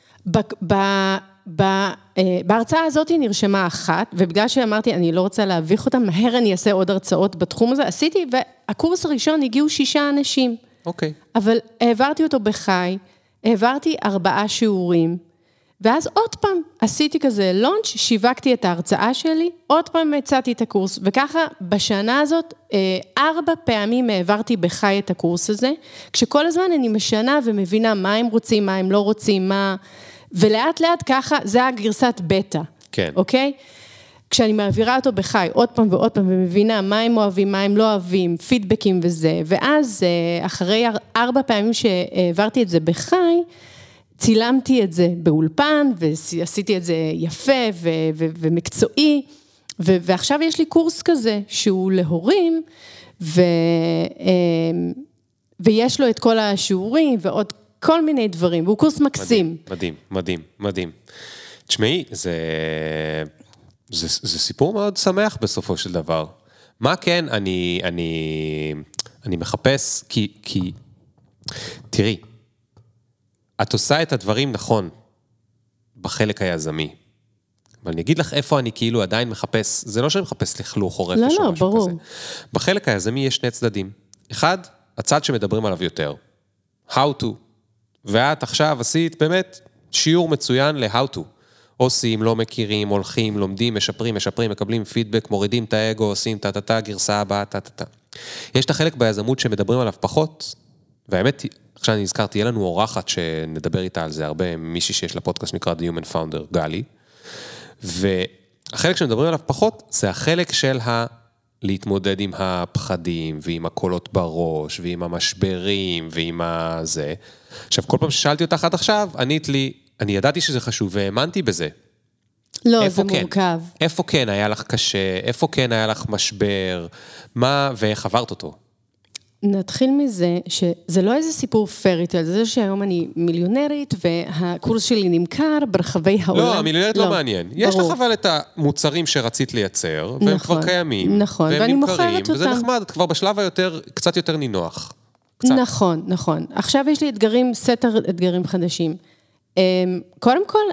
בהרצאה הזאת נרשמה אחת, ובגלל שאמרתי, אני לא רוצה להביך אותה, מהר אני אעשה עוד הרצאות בתחום הזה, עשיתי, והקורס הראשון הגיעו 6 אנשים. אוקיי. אבל העברתי אותו בחי, העברתי 4 שיעורים, ואז עוד פעם עשיתי כזה לונץ', שיווקתי את ההרצאה שלי, עוד פעם הצעתי את הקורס, וככה בשנה הזאת 4 פעמים העברתי בחי את הקורס הזה, כשכל הזמן אני משנה ומבינה מה הם רוצים, מה הם לא רוצים, מה... ולאט לאט ככה, זה הגרסת בטא. כן. אוקיי? כשאני מעבירה אותו בחי, עוד פעם ועוד פעם, ומבינה מה הם אוהבים, מה הם לא אוהבים, פידבקים וזה, ואז אחרי 4 פעמים שהעברתי את זה בחי, צילמתי את זה באולפן, ועשיתי את זה יפה ומקצועי, ועכשיו יש לי קורס כזה, שהוא להורים, ויש לו את כל השיעורים, ועוד כל מיני דברים, והוא קורס מקסים. מדהים, מדהים, מדהים. תשמעי, זה סיפור מאוד שמח בסופו של דבר. מה כן, אני מחפש, כי, תראי, את עושה את הדברים נכון, בחלק היזמי. אבל אני אגיד לך איפה אני כאילו עדיין מחפש, זה לא שאני מחפש לכלוך או רפש או משהו ברור. כזה. בחלק היזמי יש שני צדדים. אחד, הצד שמדברים עליו יותר. How to. ואת עכשיו עשית באמת שיעור מצוין ל-how to. עושים, לא מכירים, הולכים, לומדים, משפרים, מקבלים פידבק, מורידים את האגו, עושים טה-טה-טה, גרסה הבאה, טה-טה-טה. יש את החלק ביזמות שמדברים עליו פחות, והאמת, עכשיו אני נזכרתי, תהיה לנו אורחת שנדבר איתה על זה הרבה, מישהי שיש לה פודקאסט שנקרא The Human Founder, גלי, והחלק שמדברים עליו פחות, זה החלק של להתמודד עם הפחדים, ועם הקולות בראש, ועם המשברים, ועם הזה. עכשיו, כל פעם ששאלתי אותך עד עכשיו, ענית לי, אני ידעתי שזה חשוב, והאמנתי בזה. לא, זה מורכב. איפה כן היה לך קשה, איפה כן היה לך משבר, מה, ואיך עברת אותו? נתחיל מזה שזה לא איזה סיפור פריטל, זה שהיום אני מיליונרית והקורס שלי נמכר ברחבי העולם. לא, המיליונרית לא מעניין. יש לך אבל את המוצרים שרצית לייצר, והם כבר קיימים. נכון, ואני מוכרת אותם. וזה נחמד, כבר בשלב קצת יותר נינוח. נכון, נכון. עכשיו יש לי סט אתגרים חדשים. קודם כל,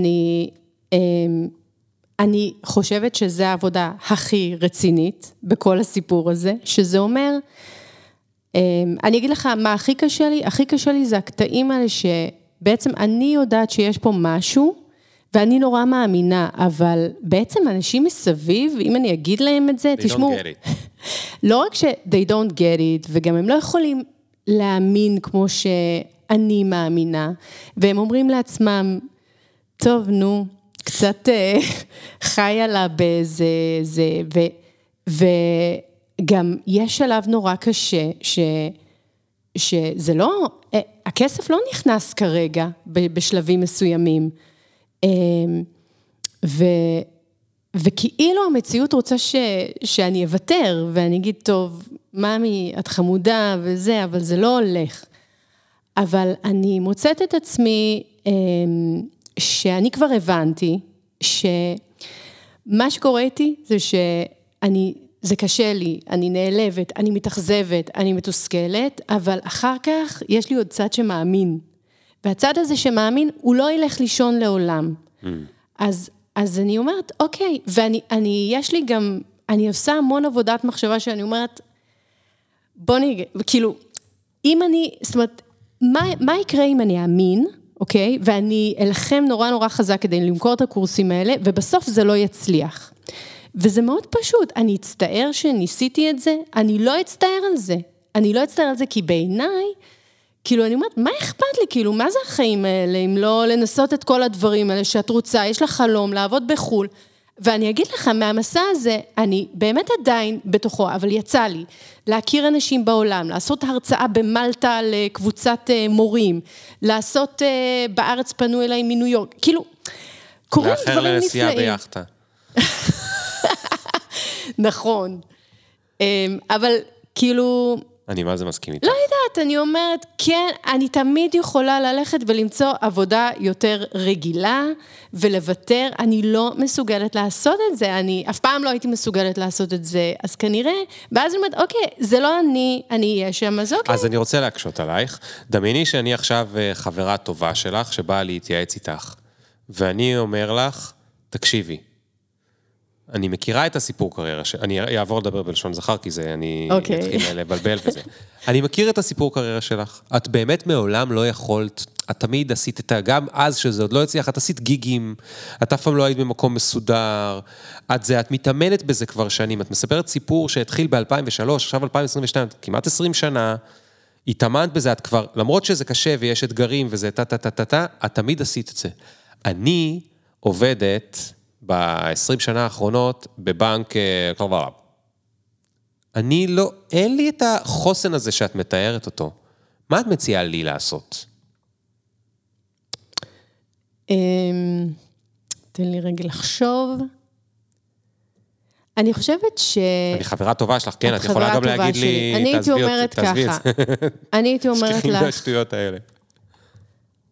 אני חושבת שזו העבודה הכי רצינית בכל הסיפור הזה, שזה אומר, אני אגיד לך מה הכי קשה לי, הכי קשה לי זה הקטעים האלה שבעצם אני יודעת שיש פה משהו, ואני נורא מאמינה, אבל בעצם אנשים מסביב, אם אני אגיד להם את זה, תשמעו, לא רק ש-they don't get it, וגם הם לא יכולים להאמין כמו שאני מאמינה, והם אומרים לעצמם, טוב, נו, קצת חי עלה באיזה, וגם יש שלב נורא קשה, שזה לא, הכסף לא נכנס כרגע בשלבים מסוימים, וכאילו המציאות רוצה שאני אוותר, ואני אגיד, טוב, ממי, את חמודה וזה, אבל זה לא הולך. אבל אני מוצאת את עצמי, שאני כבר הבנתי, שמה שקורה איתי זה זה קשה לי, אני נעלבת, אני מתאכזבת, אני מתוסכלת, אבל אחר כך יש לי עוד צד שמאמין. והצד הזה שמאמין, הוא לא ילך לישון לעולם. אז אני אומרת, אוקיי, יש לי גם, אני עושה המון עבודת מחשבה שאני אומרת, בוא נגיד, כאילו, זאת אומרת, מה יקרה אם אני אאמין, אוקיי? ואני אלחם נורא נורא חזק כדי למכור את הקורסים האלה, ובסוף זה לא יצליח. וזה מאוד פשוט, אני אצטער שניסיתי את זה, אני לא אצטער על זה. אני לא אצטער על זה כי בעיניי, כאילו אני אומרת, מה אכפת לי? כאילו, מה זה החיים האלה, אם לא לנסות את כל הדברים האלה שאת רוצה, יש לך חלום לעבוד בחול, ואני אגיד לך, מהמסע הזה, אני באמת עדיין בתוכו, אבל יצא לי, להכיר אנשים בעולם, לעשות הרצאה במלטה לקבוצת מורים, לעשות בארץ פנו אליי מניו יורק, כאילו, קוראים דברים נפלאים. לאחר לנסיעה ביחדה. נכון, אבל כאילו... אני מה זה מסכים איתה? לא יודעת, אני אומרת, כן, אני תמיד יכולה ללכת ולמצוא עבודה יותר רגילה ולוותר, אני לא מסוגלת לעשות את זה, אני אף פעם לא הייתי מסוגלת לעשות את זה, אז כנראה, ואז אני אומרת, אוקיי, זה לא אני אהיה שם, אז אוקיי. אז אני רוצה להקשות עלייך, דמייני שאני עכשיו חברה טובה שלך, שבאה להתייעץ איתך, ואני אומר לך, תקשיבי, אני מכירה את הסיפור קריירה, אני אעבור לדבר בלשון זכר, כי זה, אני אתחיל לבלבל וזה. אני מכיר את הסיפור קריירה שלך, את באמת מעולם לא יכולת, את תמיד עשית את גם אז שזה עוד לא הצליח, את עשית גיגים, את אף פעם לא היית במקום מסודר, את מתאמנת בזה כבר שנים, את מספרת סיפור שהתחיל ב-2003, עכשיו 2022, כמעט 20 שנה, התאמנת בזה, את כבר, למרות שזה קשה ויש אתגרים וזה את תמיד עשית את זה. אני עובדת ב-20 שנה האחרונות בבנק כבר אני לא, אין לי את החוסן הזה שאת מתארת אותו. מה את מציעה לי לעשות? תן לי רגע לחשוב. אני חושבת אני חברה טובה שלך, כן, את יכולה גם להגיד לי, אני הייתי אומרת ככה. אני הייתי אומרת לך. שכחים את השטויות האלה.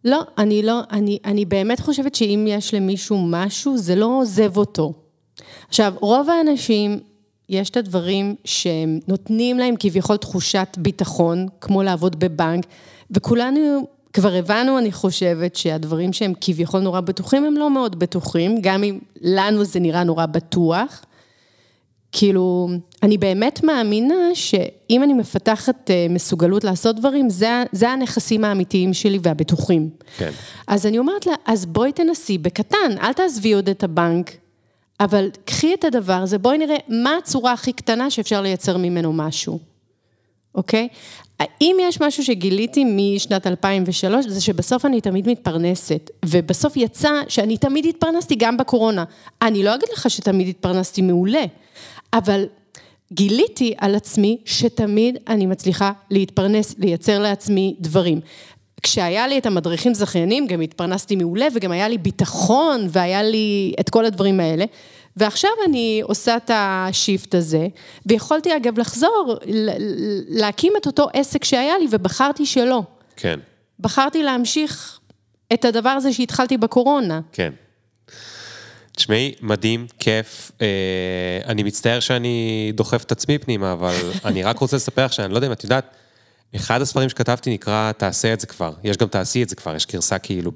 לא, אני באמת חושבת שאם יש למישהו משהו, זה לא עוזב אותו. עכשיו, רוב האנשים, יש את הדברים שהם נותנים להם כביכול תחושת ביטחון, כמו לעבוד בבנק, וכולנו כבר הבנו, אני חושבת, שהדברים שהם כביכול נורא בטוחים, הם לא מאוד בטוחים, גם אם לנו זה נראה נורא בטוח. כאילו, אני באמת מאמינה שאם אני מפתחת מסוגלות לעשות דברים, זה הנכסים האמיתיים שלי והבטוחים. כן. אז אני אומרת לה, אז בואי תנסי בקטן, אל תעזבי עוד את הבנק, אבל קחי את הדבר הזה, בואי נראה מה הצורה הכי קטנה שאפשר לייצר ממנו משהו. אוקיי? אם יש משהו שגיליתי משנת 2003, זה שבסוף אני תמיד מתפרנסת, ובסוף יצא שאני תמיד התפרנסתי גם בקורונה. אני לא אגיד לך שתמיד התפרנסתי מעולה, אבל גיליתי על עצמי שתמיד אני מצליחה להתפרנס, לייצר לעצמי דברים. כשהיה לי את המדריכים זכיינים, גם התפרנסתי מעולה, וגם היה לי ביטחון, והיה לי את כל הדברים האלה, ועכשיו אני עושה את השיפט הזה, ויכולתי אגב לחזור, להקים את אותו עסק שהיה לי, ובחרתי שלא. כן. בחרתי להמשיך את הדבר הזה שהתחלתי בקורונה. כן. תשמעי, מדהים, כיף. אני מצטער שאני דוחף את עצמי פנימה, אבל אני רק רוצה לספר שאני לא יודע אם את יודעת, אחד הספרים שכתבתי נקרא, תעשה את זה כבר. יש גם תעשי את זה כבר, יש גרסה כאילו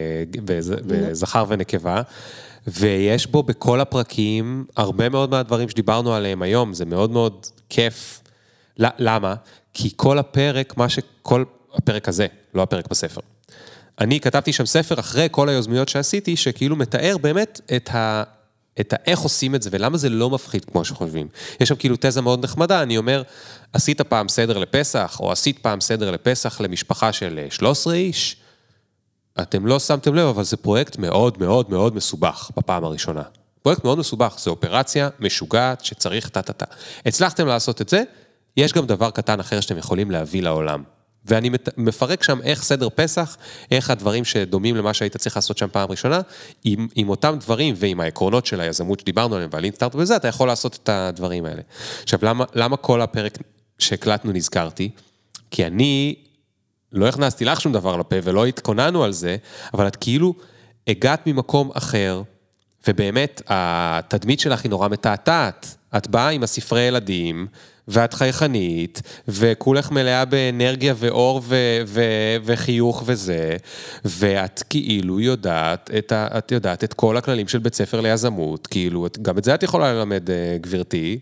בזכר ונקבה, ויש בו בכל הפרקים הרבה מאוד מהדברים שדיברנו עליהם היום, זה מאוד מאוד כיף. למה? כי כל הפרק, כל הפרק הזה, לא הפרק בספר. אני כתבתי שם ספר אחרי כל היוזמיות שעשיתי, שכאילו מתאר באמת את איך עושים את זה, ולמה זה לא מפחיד כמו שחושבים. יש שם כאילו תזה מאוד נחמדה, אני אומר, עשית פעם סדר לפסח, או עשית פעם סדר לפסח למשפחה של 13 איש, אתם לא שמתם לב, אבל זה פרויקט מאוד מאוד מאוד מסובך בפעם הראשונה. פרויקט מאוד מסובך, זה אופרציה משוגעת שצריך טה-טה-טה. הצלחתם לעשות את זה, יש גם דבר קטן אחר שאתם יכולים להביא לעולם. ואני מפרק שם איך סדר פסח, איך הדברים שדומים למה שהיית צריך לעשות שם פעם ראשונה, עם אותם דברים ועם העקרונות של היזמות שדיברנו עליהם, ועל אינסטארט וזה, אתה יכול לעשות את הדברים האלה. עכשיו, למה כל הפרק שהקלטנו נזכרתי? כי אני לא הכנסתי לך שום דבר לפה, ולא התכוננו על זה, אבל את כאילו הגעת ממקום אחר, ובאמת התדמית שלך היא נורא מתעתעת. את באה עם הספרי ילדים, ואת חייכנית, וכולך מלאה באנרגיה ואור וחיוך וזה, ואת כאילו יודעת את כל הכללים של בית ספר ליזמות, כאילו, גם את זה את יכולה ללמד, גברתי,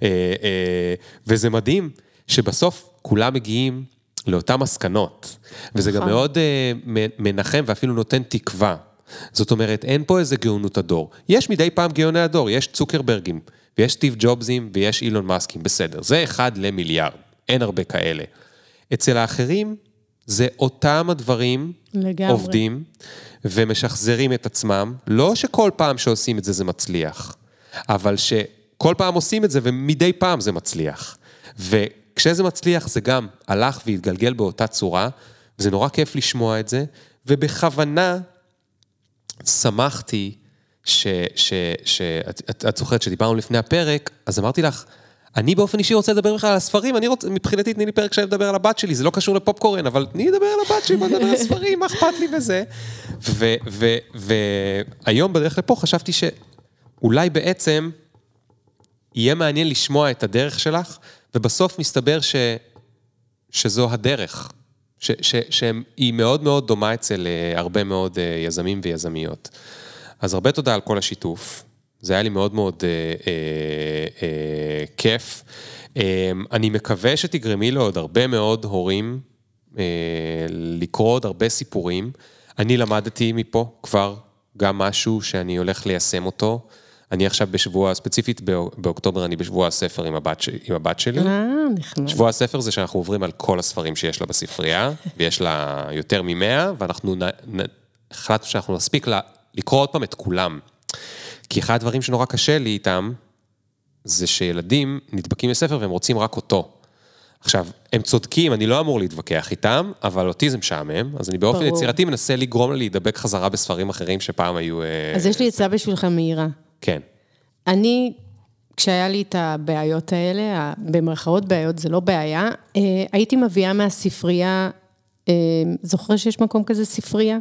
וזה מדהים שבסוף כולם מגיעים לאותן מסקנות, וזה גם מאוד מנחם ואפילו נותן תקווה. זאת אומרת, אין פה איזה גאונות הדור. יש מדי פעם גאוני הדור, יש צוקרברגים, ויש סטיב ג'ובסים, ויש אילון מאסקים, בסדר. זה 1 למיליארד, אין הרבה כאלה. אצל האחרים, זה אותם הדברים לגמרי. עובדים, ומשחזרים את עצמם, לא שכל פעם שעושים את זה זה מצליח, אבל שכל פעם עושים את זה, ומדי פעם זה מצליח. וכשזה מצליח, זה גם הלך והתגלגל באותה צורה, וזה נורא כיף לשמוע את זה, ובכוונה שמחתי, את זוכרת שדיברנו לפני הפרק, אז אמרתי לך, אני באופן אישי רוצה לדבר בכלל על הספרים, מבחינתי תני לי פרק שאני מדבר על הבת שלי, זה לא קשור לפופקורן, אבל תני לדבר על הבת שלי, בוא נדבר על הספרים, מה אכפת לי בזה? והיום בדרך לפה חשבתי שאולי בעצם יהיה מעניין לשמוע את הדרך שלך, ובסוף מסתבר שזו הדרך, שהיא מאוד מאוד דומה אצל הרבה מאוד יזמים ויזמיות. אז הרבה תודה על כל השיתוף, זה היה לי מאוד מאוד כיף. אני מקווה שתגרמי לעוד הרבה מאוד הורים לקרוא עוד הרבה סיפורים. אני למדתי מפה כבר גם משהו שאני הולך ליישם אותו. אני עכשיו בשבוע, ספציפית באוקטובר, אני בשבוע הספר עם הבת שלי. נחמד. שבוע הספר זה שאנחנו עוברים על כל הספרים שיש לה בספרייה, ויש לה יותר מ100, ואנחנו החלטנו שאנחנו נספיק לקרוא עוד פעם את כולם. כי אחד הדברים שנורא קשה לי איתם, זה שילדים נדבקים לספר והם רוצים רק אותו. עכשיו, הם צודקים, אני לא אמור להתווכח איתם, אבל אותי זה משעמם, אז אני באופן יצירתי מנסה לגרום לה להידבק חזרה בספרים אחרים שפעם היו... אז יש לי עצה בשבילך מהירה. כן. אני, כשהיה לי את הבעיות האלה, במרכאות בעיות זה לא בעיה, הייתי מביאה מהספרייה זוכר שיש מקום כזה ספרייה?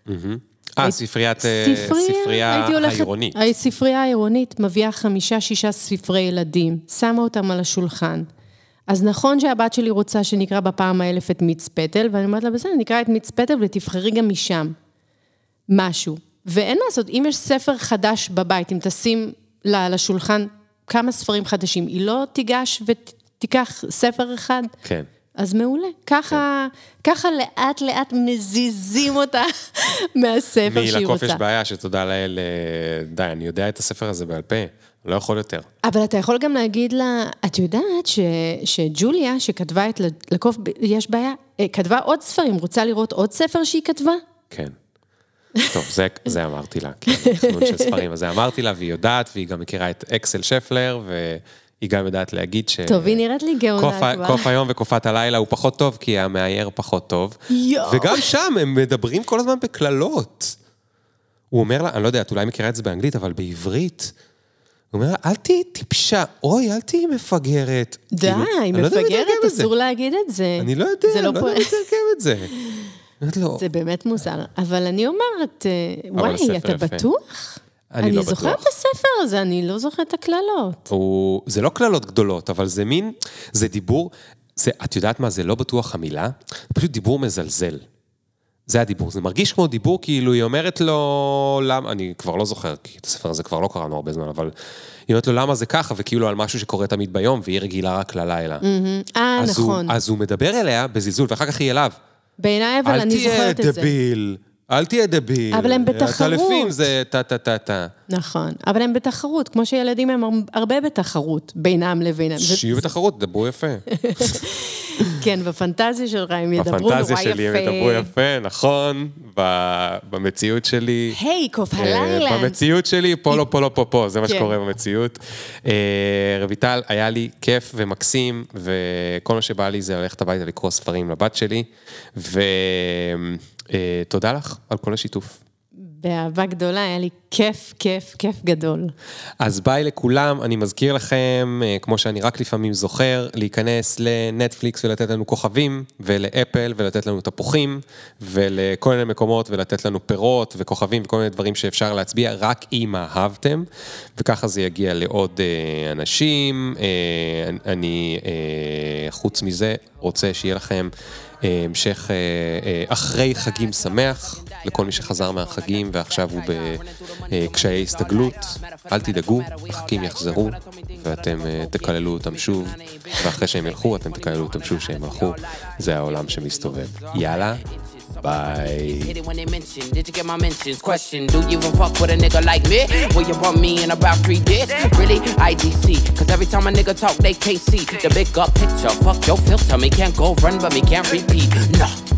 ספרייה העירונית. הספרייה העירונית מביאה 5-6 ספרי ילדים, שמה אותם על השולחן. אז נכון שהבת שלי רוצה שנקרא בפעם האלף את מיץ פטל, ואני אומרת לה, בסדר, נקרא את מיץ פטל ותבחרי גם משם משהו. ואין לעשות, אם יש ספר חדש בבית, אם תשים לה על השולחן כמה ספרים חדשים, היא לא תיגש ותיקח ספר אחד. כן. אז מעולה. ככה לאט לאט מזיזים אותה מהספר שהיא רוצה. מלקוף יש בעיה שתודה לאל, די, אני יודע את הספר הזה בעל פה, לא יכול יותר. אבל אתה יכול גם להגיד לה, את יודעת שג'וליה, שכתבה את לקוף, יש בעיה, כתבה עוד ספרים, רוצה לראות עוד ספר שהיא כתבה? כן. טוב, זה אמרתי לה, כן, תכנון של ספרים, אז זה אמרתי לה, והיא יודעת, והיא גם מכירה את אקסל שפלר, והיא גם יודעת להגיד ש... טוב, היא נראית לי גאונה כבר. קוף היום וקופת הלילה הוא פחות טוב, כי המאייר פחות טוב. וגם שם הם מדברים כל הזמן בכללות. הוא אומר לה, אני לא יודע, את אולי מכירה את זה באנגלית, אבל בעברית, הוא אומר לה, אל תהי טיפשה, אוי, אל תהי מפגרת. די, מפגרת, אסור להגיד את זה. אני לא יודע, לא יודע לתרגם את זה. זה באמת מוזר, אבל אני אומרת, וואי, אתה בטוח? אני לא בטוח. זוכרת את הספר הזה, אני לא זוכרת את הכללות. זה לא כללות גדולות, אבל זה מין, זה דיבור, את יודעת מה, זה לא בטוח המילה, זה פשוט דיבור מזלזל. זה הדיבור, זה מרגיש כמו דיבור, כאילו היא אומרת לו, למה, אני כבר לא זוכר, כי את הספר הזה כבר לא קראנו הרבה זמן, אבל היא אומרת לו, למה זה ככה, וכאילו על משהו שקורה תמיד ביום, והיא רגילה רק ללילה. נכון. אז הוא מדבר אליה בזלזול, ואחר כך היא אליו. בעיניי, אבל אני זוכרת את זה. אל תהיה דביל. אבל הם בתחרות. הטלפים זה טה. נכון, אבל הם בתחרות, כמו שילדים הם הרבה בתחרות, בינם לבינם. שיהיו בתחרות, דברו יפה. כן, בפנטזיה שלך הם ידברו נורא יפה. בפנטזיה שלי הם ידברו יפה, נכון. במציאות שלי... היי, קוף הלילה. במציאות שלי, פה, זה מה שקורה במציאות. רויטל, היה לי כיף ומקסים, וכל מה שבא לי זה ללכת הביתה לקרוא ספרים לבת שלי, תודה לך על כל השיתוף. באהבה גדולה, היה לי כיף גדול. אז ביי לכולם, אני מזכיר לכם, כמו שאני רק לפעמים זוכר, להיכנס לנטפליקס ולתת לנו כוכבים, ולאפל ולתת לנו תפוחים, ולכל מיני מקומות ולתת לנו פירות וכוכבים וכל מיני דברים שאפשר להצביע, רק אם אהבתם, וככה זה יגיע לעוד אנשים. אני, חוץ מזה, רוצה שיהיה לכם המשך אחרי חגים שמח, לכל מי שחזר מהחגים ועכשיו הוא בקשיי הסתגלות. אל תדאגו, החגים יחזרו ואתם תקללו אותם שוב, ואחרי שהם ילכו אתם תקללו אותם שוב שהם הלכו. זה העולם שמסתובב. יאללה, ביי. Hit it when they mention, did you get my mentions? Question, do you even fuck with a nigga like me? Will you bump me in about 3 days? Really? IDC, cause every time a nigga talk, they KC. The big up picture, fuck your filter, me can't go run, but me can't repeat. No.